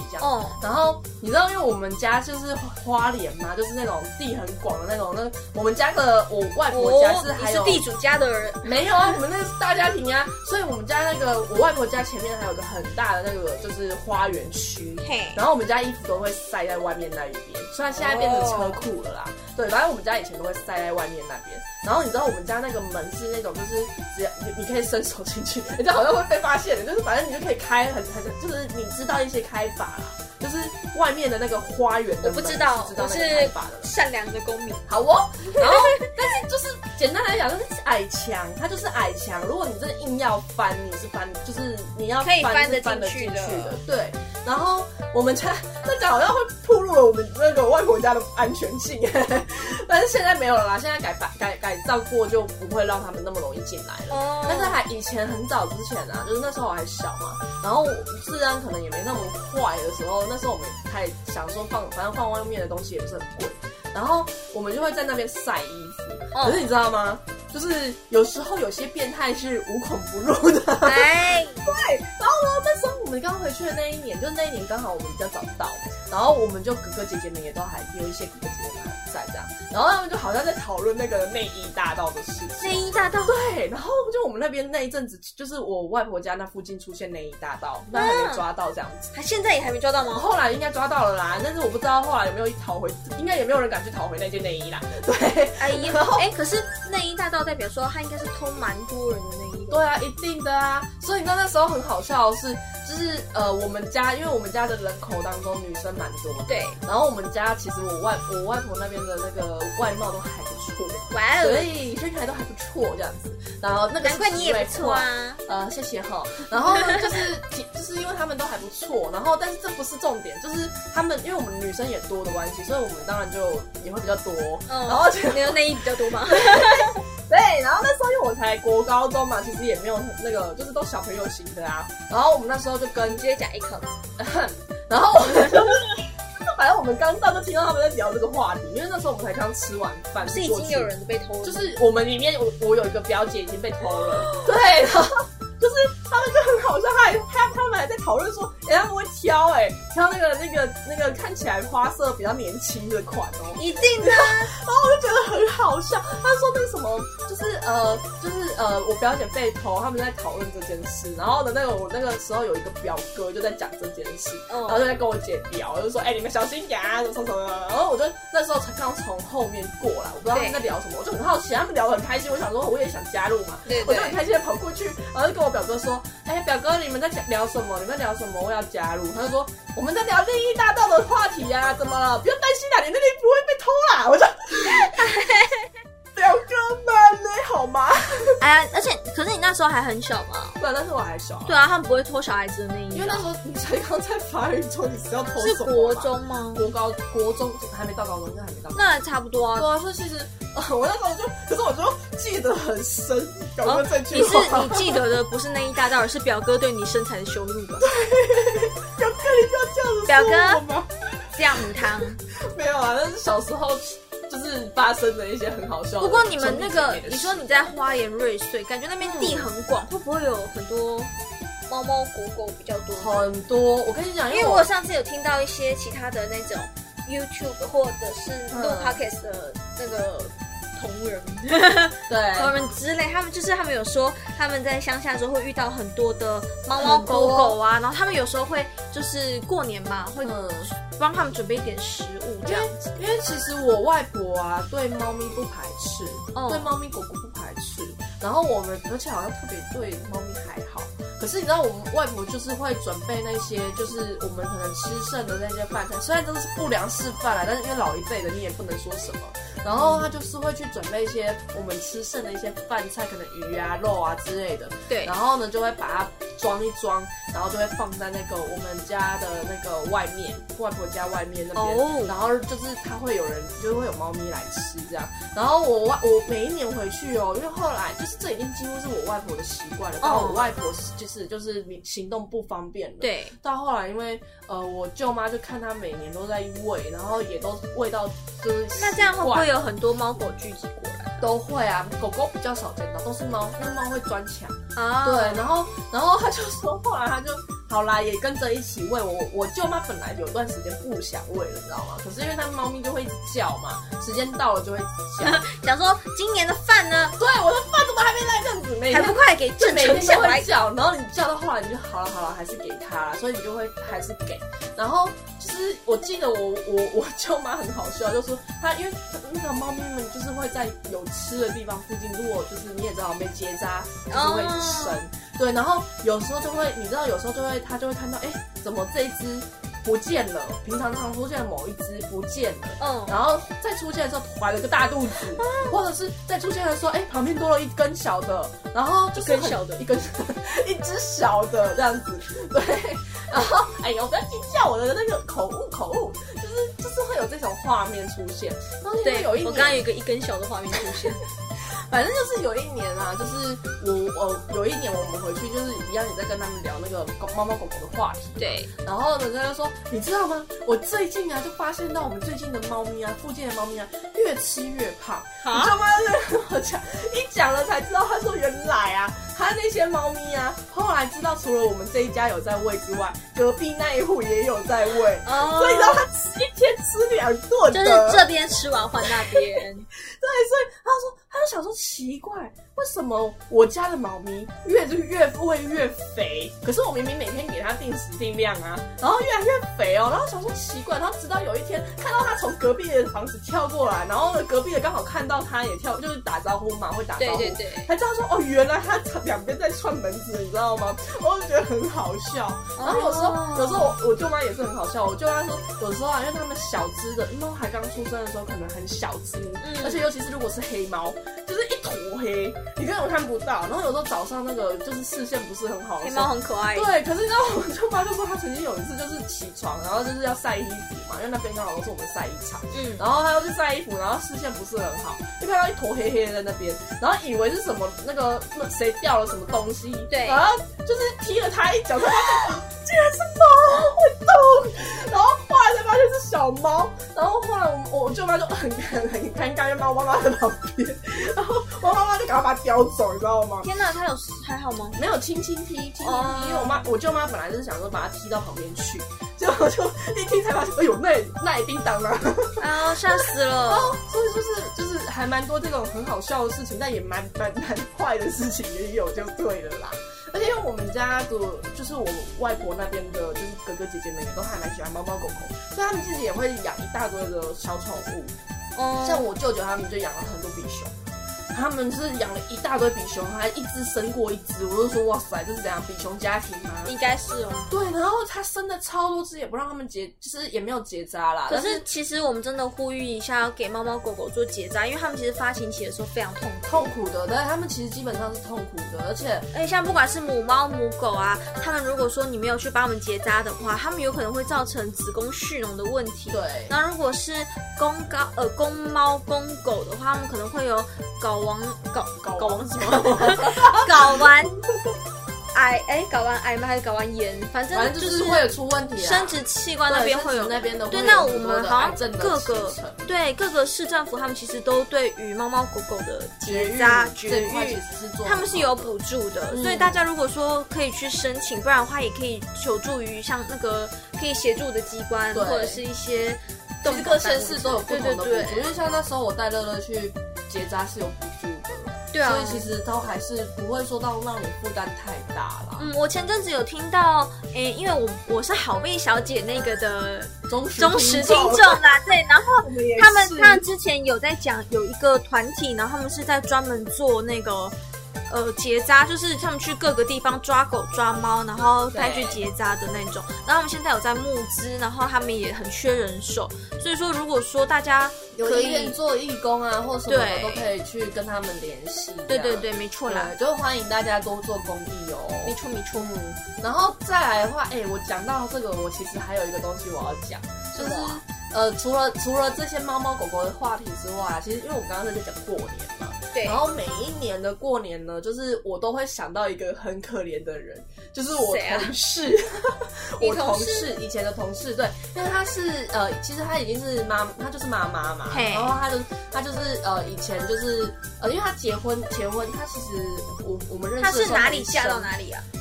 这样。哦。然后你知道，因为我们家就是花莲嘛，就是那种地很广的那种。那我们家的我外婆家是还有、 哦、你是地主家的人？ 没有啊，我们那个是大家庭啊，所以我们家那个我外婆家前面还有个很大的那个就是花园区。嘿。然后我们家衣服都会晒在外面那一边，虽然现在变成车库了啦。哦、对，反正我们家以前都会晒在外面那边。然后你知道我们家那个门是那种就是只要你你可以伸手进去，人家好像会被发现的，就是反正你就可以开很很就是你知道一些开法啦，就是外面的那个花园的门。 我不知道， 知道那个开法的， 我是善良的公民。 好哦，然后但是就是简单来讲，就是矮墙，它就是矮墙。如果你真的硬要翻，你是翻，就是你要可以翻得进去的， 对。然后我们家那讲好像会暴露了我们那个外婆家的安全性，但是现在没有了啦，现在改改改改造过就不会让他们那么容易进来了。哦、但是还以前很早之前啊，就是那时候我还小嘛，然后治安可能也没那么坏的时候，那时候我们还想说放，反正放外面的东西也不是很贵，然后我们就会在那边晒衣服。哦、可是你知道吗？就是有时候有些变态是无孔不入的。哎，对。然后呢，那时候我们刚回去的那一年，就是那一年刚好我们比较早到，然后我们就哥哥姐姐们也都还有一些哥哥姐姐们还在这样，然后他们就好像在讨论那个内衣大道的事情。 内衣大道？ 对。然后就我们那边那一阵子，就是我外婆家那附近出现内衣大道，那还没抓到这样子。 他现在也还没抓到吗？ 后来应该抓到了啦，但是我不知道后来有没有讨回，应该也没有人敢去讨回那件内衣啦。对。 哎呀，哎，可是内衣大道代表说他应该是偷蛮多人的内衣的。 对啊，一定的啊。所以你知道那时候很好笑的是，就是呃，我们家因为我们家的人口当中女生蛮多的， 对。 然后我们家其实我外我外婆那边的那个外貌都还不错， 哇哦， 所以身材都还不错这样子。然后那个难怪你也不错啊， 呃，谢谢哈。然后呢，就是就是因为他们都还不错，然后但是这不是重点，就是他们因为我们女生也多的关系，所以我们当然就也会比较多。嗯，然后你的内衣比较多吗？ 对，然后那时候因为我才国高中嘛，其实也没有那个，就是都小朋友型的啊。然后我们那时候就跟直接讲一口， 然后我们就反正我们刚到就听到他们在聊这个话题，因为那时候我们才刚吃完饭， 是已经有人被偷了， 就是我们里面我我有一个表姐已经被偷了，对，然后就是他们就很好笑，他还他他们还在讨论说，哎、欸，他们会挑哎、欸、挑那个那个那个看起来花色比较年轻的款哦， 一定的。 然后我就觉得很好笑，他说那什么就是呃就是呃我表姐被偷，他们在讨论这件事，然后呢那个我那个时候有一个表哥就在讲这件事，嗯、然后就在跟我姐聊，就说哎、欸、你们小心点啊什么什么的，然后我就那时候才刚从后面过来，我不知道他们在聊什么，我就很好奇，他们聊得很开心，我想说我也想加入嘛，对对，我就很开心的跑过去，然后就跟我表哥说，哎、欸、表哥你们在讲聊什么？你们在聊什么？我要加入。他就说我们在聊利益大道的话题呀、啊，怎么了？不用担心啦，你那里不会被偷啦。我就表哥们呢，好吗？ 哎呀，而且可是你那时候还很小嘛。 对，那时候我还小、啊。 对啊，他们不会偷小孩子的内衣、啊， 因为那时候你才刚在发育中，你是要偷什么？ 是国中吗？ 国高国中还没到高中，应该还没到高中。 那还差不多啊。 对啊，所以其实、呃、我那时候就，可是我就记得很深。表哥这句话、 哦，你是你记得的不是内衣大道，而是表哥对你身材的羞辱吧？ 对，表哥你不要这样子表哥这样母汤没有啊，那是小时候。就是发生的一些很好笑的。 不过你们那个，你说你在花莲瑞穗，感觉那边地很广，会不会有很多猫猫狗狗比较多？ 很多，我跟你讲， 因为我上次有听到一些其他的那种 YouTube 或者是录 Podcast 的那个同人， 对， 同人之类，他们就是他们有说他们在乡下的时候会遇到很多的猫猫狗狗啊，然后他们有时候会就是过年嘛，会帮他们准备一点食物这样子。 因为其实我外婆啊对猫咪不排斥，哦、对猫咪狗狗不排斥，然后我们而且好像特别对猫咪还好。可是你知道我们外婆就是会准备那些就是我们可能吃剩的那些饭菜，虽然都是不良示范啦，但是因为老一辈的你也不能说什么。然后他就是会去准备一些我们吃剩的一些饭菜，可能鱼啊、肉啊之类的。对。然后呢，就会把它装一装，然后就会放在那个我们家的那个外面，外婆家外面那边。哦。然后就是他会有人，就是会有猫咪来吃这样。然后我外我每一年回去哦，因为后来就是这已经几乎是我外婆的习惯了。哦。我外婆就是就是行动不方便了。对。到后来因为呃我舅妈就看她每年都在喂，然后也都喂到就是那这样会不会有很多猫狗聚集过来？ 都会啊，狗狗比较少见到，都是猫，因为猫会钻墙啊。对，然后然后他就说，后来他就好啦，也跟着一起喂我。我舅妈本来有段时间不想喂了，你知道吗？可是因为他们猫咪就会一直叫嘛，时间到了就会一直叫， 想说今年的饭呢？ 对，我的饭怎么还没来？这样子，每天还不快给正常小孩叫，然后你叫到后来你就好了好了，还是给他了，所以你就会还是给。然后其实我记得我我我舅妈很好笑，就是她因为那个猫咪们就是会在有吃的地方附近，如果就是你也知道没结扎，就是会生。Oh. 对，然后有时候就会，你知道，有时候就会，他就会看到，哎，怎么这一只不见了？平常常出现的某一只不见了，嗯，然后再出现的时候怀了个大肚子，或者是再出现的时候，哎，旁边多了一根小的，然后就是一根小的， 一根一只小的这样子，对，然后哎呦，不要计较我的那个口误口误，就是就是会有这种画面出现。然后对， 有一年我刚刚有一个一根小的画面出现。 反正就是有一年啊，就是我我有一年我们回去就是一样，也在跟他们聊那个猫猫狗狗的话题。对，然后人家就说，你知道吗？我最近啊就发现到我们最近的猫咪啊，附近的猫咪啊越吃越胖。你知道吗？就跟我讲，一讲了才知道，他说原来啊，他那些猫咪啊，后来知道除了我们这一家有在喂之外，隔壁那一户也有在喂，哦、所以你知道他一天吃两顿， 就是这边吃完换那边。 对，所以他说，他就想说奇怪，为什么我家的猫咪越就越喂越肥？可是我明明每天给它定时定量啊，然后越来越肥哦，然后想说奇怪，然后直到有一天看到它从隔壁的房子跳过来，然后呢隔壁的刚好看到它也跳，就是打招呼嘛，会打招呼，对对对，才知道说哦，原来它两边在串门子，你知道吗？我就觉得很好笑。然后有时候、哦、有时候我我舅妈也是很好笑，我舅妈说有时候啊，因为他们小只的猫还刚出生的时候可能很小只，嗯、而且尤其是如果是黑猫，就是一坨黑，你根本看不到。然后有时候早上那个就是视线不是很好的时候， 黑猫很可爱。 对，可是你知道我舅妈就说她曾经有一次就是起床，然后就是要晒衣服嘛，因为那边刚好都是我们晒衣场，嗯，然后她要去晒衣服，然后视线不是很好，就看到一坨黑黑的在那边，然后以为是什么那个谁掉了什么东西，对，然后就是踢了她一脚，她发现竟然是猫会动，然后后来才发现是小猫，然后后来我我舅妈就很很很尴尬，因为猫妈妈在旁边，然后我妈妈就赶快把它叼走，你知道吗？ 天哪，它有还好吗？ 没有，轻轻踢，轻轻踢， oh. 因为我妈我舅妈本来就是想说把它踢到旁边去，结果就一踢才发现，哎呦，那那也叮当啊！ 啊，吓死了！ 然后所以就是就是还蛮多这种很好笑的事情，但也蛮蛮蛮坏的事情也有，就对了啦。而且因为我们家的，就是我外婆那边的，就是哥哥姐姐们也都还蛮喜欢猫猫狗狗，所以他们自己也会养一大堆的小宠物。哦，像我舅舅他们就养了很多比熊。他们是养了一大堆比熊，还一只生过一只，我就说哇塞，这是怎样比熊家庭吗？ 应该是哦。 对，然后他生了超多只，也不让他们结，就是也没有结扎啦。 可是其实我们真的呼吁一下，要给猫猫狗狗做结扎，因为他们其实发情期的时候非常痛苦， 痛苦的。但是他们其实基本上是痛苦的，而且而且像不管是母猫母狗啊，他们如果说你没有去帮他们结扎的话，他们有可能会造成子宫蓄脓的问题。对。那如果是公高呃公猫公狗的话，他们可能会有睾丸睾。睾丸什么？睾丸癌哎，睾丸癌吗？还是睾丸炎？反正反正就是会有出问题啊。 生殖器官那边会有那边的。 对，那我们好像各个对各个市政府，他们其实都对于猫猫狗狗的结扎绝育，他们是有补助的。嗯、所以大家如果说可以去申请，不然的话也可以求助于像那个可以协助的机关，或者是一些。 其实各县市都有不同的补助，因为像那时候我带乐乐去结扎是有补助的。对啊，所以其实都还是不会说到让你负担太大啦。 嗯，我前阵子有听到，诶，因为我我是好味小姐那个的忠实忠实听众啦，对，然后他们他们之前有在讲有一个团体，然后他们是在专门做那个。呃，结扎就是他们去各个地方抓狗抓猫，然后带去结扎的那种。然后他们现在有在募资，然后他们也很缺人手，所以说如果说大家可以做义工啊，或什么的都可以去跟他们联系。 对对对，没错啦， 就欢迎大家多做公益哦。 没错没错。 嗯，然后再来的话，哎、欸，我讲到这个，我其实还有一个东西我要讲，就是。呃，除了除了这些猫猫狗狗的话题之外，其实因为我刚刚在讲过年嘛，对，然后每一年的过年呢，就是我都会想到一个很可怜的人，就是我同事，啊、我同事以前的同事，对，因为他是呃，其实他已经是妈，他就是妈妈嘛，然后他就他就是呃，以前就是呃，因为他结婚结婚，他其实我我们认识他是哪里嫁到哪里啊？ 他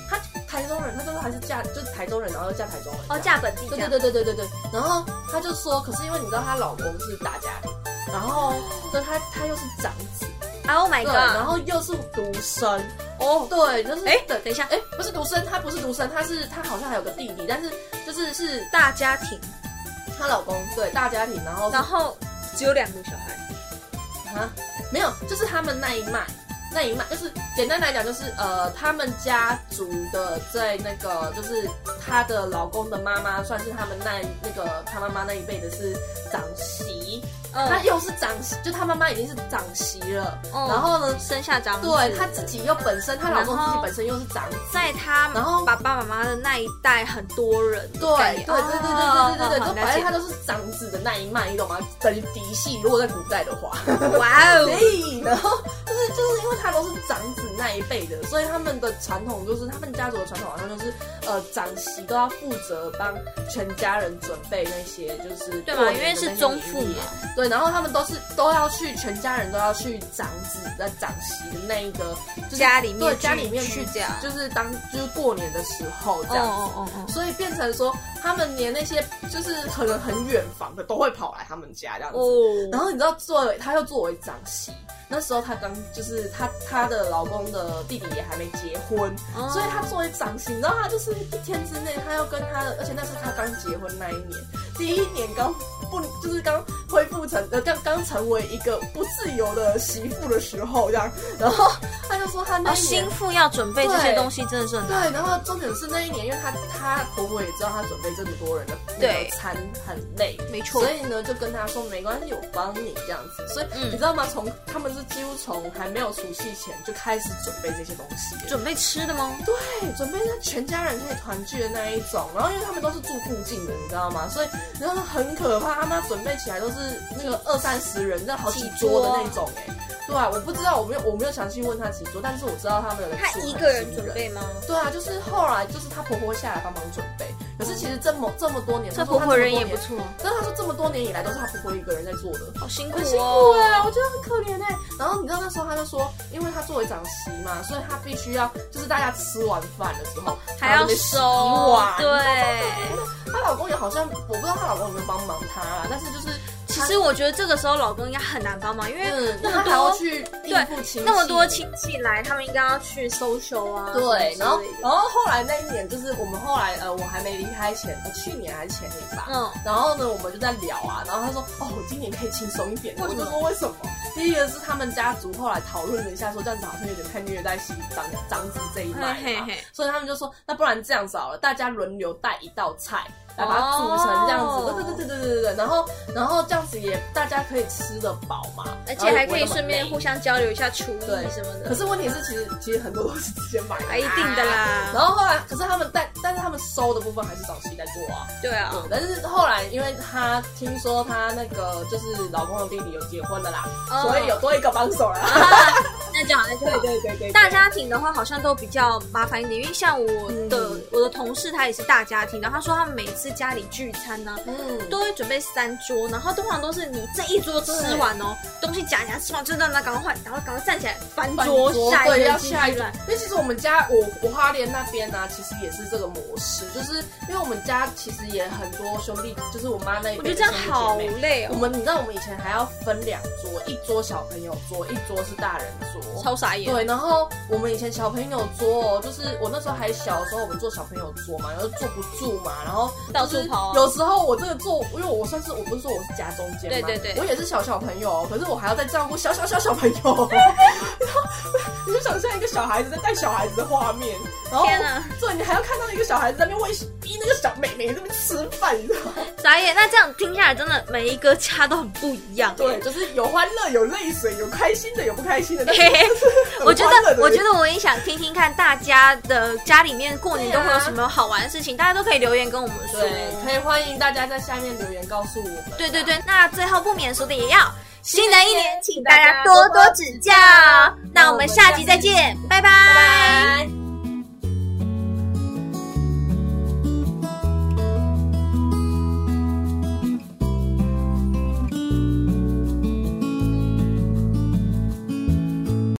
台中人，他就是还是嫁就是台中人，然后又嫁台中人。 哦，嫁本地。 对对对对对对对。然后他就说，可是因为你知道她老公是大家庭，然后对他他又是长子。 Oh my god！ 然后又是独生哦，对，就是哎，等一下， 哎，不是独生，他不是独生，他是他好像还有个弟弟，但是就是是大家庭， 她老公对大家庭，然后然后只有两个小孩啊，没有，就是他们那一脉。那一脉就是简单来讲，就是呃，他们家族的在那个，就是她的老公的妈妈，算是他们那那个她妈妈那一辈的是长媳，嗯、她又是长媳，就她妈妈已经是长媳了，嗯、然后呢生下长子， 对，她自己又本身，她老公自己本身又是长子， 在她然后爸爸妈妈的那一代很多人， 对对对对对对对对对，就反正她都是长子的那一脉，你懂吗？等于嫡系，如果在古代的话， 哇哦， 对，然后就是就是因为。他都是长子那一辈的，所以他们的传统就是他们家族的传统好像就是呃长媳都要负责帮全家人准备那些就是对嘛，因为是宗父嘛， 对，然后他们都是都要去全家人都要去长子的长媳的那一个、就是、 家里面对家里面去讲，就是当就是过年的时候这样子，哦哦哦哦所以变成说他们连那些就是可能很远房的都会跑来他们家这样子，哦、然后你知道作为他又作为长媳。那时候她刚就是她她的老公的弟弟也还没结婚，哦、所以她作为长媳，你知道她就是一天之内，她要跟她的，而且那是她刚结婚那一年，第一年刚不就是刚恢复成呃刚刚成为一个不自由的媳妇的时候这样，然后她就说她那一年、 哦、新妇要准备这些东西真的是很难， 对，然后重点是那一年，因为她她婆婆也知道她准备这么多人的那个餐很累， 没错， 所以呢就跟她说没关系，我帮你这样子，所以、嗯、你知道吗？从他们是几乎从还没有除夕前就开始准备这些东西， 准备吃的吗？ 对，准备让全家人可以团聚的那一种。然后因为他们都是住附近的，你知道吗？所以然后很可怕，他们准备起来都是那个二三十人，那好几桌的那种哎、欸。对啊，我不知道，我没有我没有详细问他几桌，但是我知道他们有他一个人准备吗？ 对啊，就是后来就是他婆婆下来帮忙准备。可是其实这么这么多年， 这婆婆人也不错。 但是他说这么多年以来都是他婆婆一个人在做的， 好辛苦哦， 很辛苦哎、欸，我觉得很可怜哎、欸。然后你知道那时候他就说，因为他作为长媳嘛，所以他必须要就是大家吃完饭的时候、哦、 还要收碗，对。 她老公也好像我不知道她老公有没有帮忙她啦，但是就是。 其实我觉得这个时候老公应该很难帮忙，因为那么多、 嗯、要去应付亲戚， 那么多亲戚来，他们应该要去social啊。 对，然后然后后来那一年就是我们后来呃我还没离开前，呃去年还是前年吧，嗯，然后呢我们就在聊啊，然后他说哦我今年可以轻松一点，我就说为什么？第一个是他们家族后来讨论了一下，说这样子好像有点太虐待媳长长子这一脉嘛，所以他们就说那不然这样子好了，大家轮流带一道菜。来把它煮成这样子，对、哦、对对对对对对，然后然后这样子也大家可以吃得饱嘛， 而且还可以顺便互相交流一下厨艺什么的。 可是问题是，其实其实很多都是直接买的， 啊、一定的啦。 然后后来，可是他们但但是他们收的部分还是长媳在做啊。 对啊。 对，但是后来，因为他听说他那个就是老公的弟弟有结婚了啦，哦、所以有多一个帮手啦。 啊那就好，那就好。 对对对 对, 对。 大家庭的话，好像都比较麻烦一点，因为像我的、嗯、我的同事，他也是大家庭，然后他说他们每次家里聚餐呢、啊，嗯，都会准备三桌，然后通常都是你这一桌吃完哦，东西夹一夹吃完，就让他赶快换，然后赶快站起来翻桌，下对，要下一桌。因为其实我们家我我花莲那边呢、啊，其实也是这个模式，就是因为我们家其实也很多兄弟，就是我妈那一辈的兄弟姐妹， 我觉得这样好累哦。 我们你知道我们以前还要分两桌，一桌小朋友桌，一桌是大人桌， 超傻眼。 对，然后我们以前小朋友桌，就是我那时候还小的时候，我们坐小朋友桌嘛，然后坐不住嘛，然后到处跑。 有时候我这个坐，因为我算是我不是说我是夹中间嘛， 对对对， 我也是小小朋友，可是我还要再照顾小小小小朋友，然后你就想象一个小孩子在带小孩子的画面，然后天啊， 对，你还要看到一个小孩子在那边喂逼那个小妹妹在那边吃饭，你知道吗？ 傻眼。那这样听下来，真的每一个家都很不一样。 对，就是有欢乐，有泪水，有开心的，有不开心的。 我觉得，我觉得我也想听听看大家的家里面过年都会有什么好玩的事情，大家都可以留言跟我们说。 对，可以欢迎大家在下面留言告诉我们。 对对对，那最后不免俗的也要，新的一年请大家多多指教。那我们下集再见，拜拜。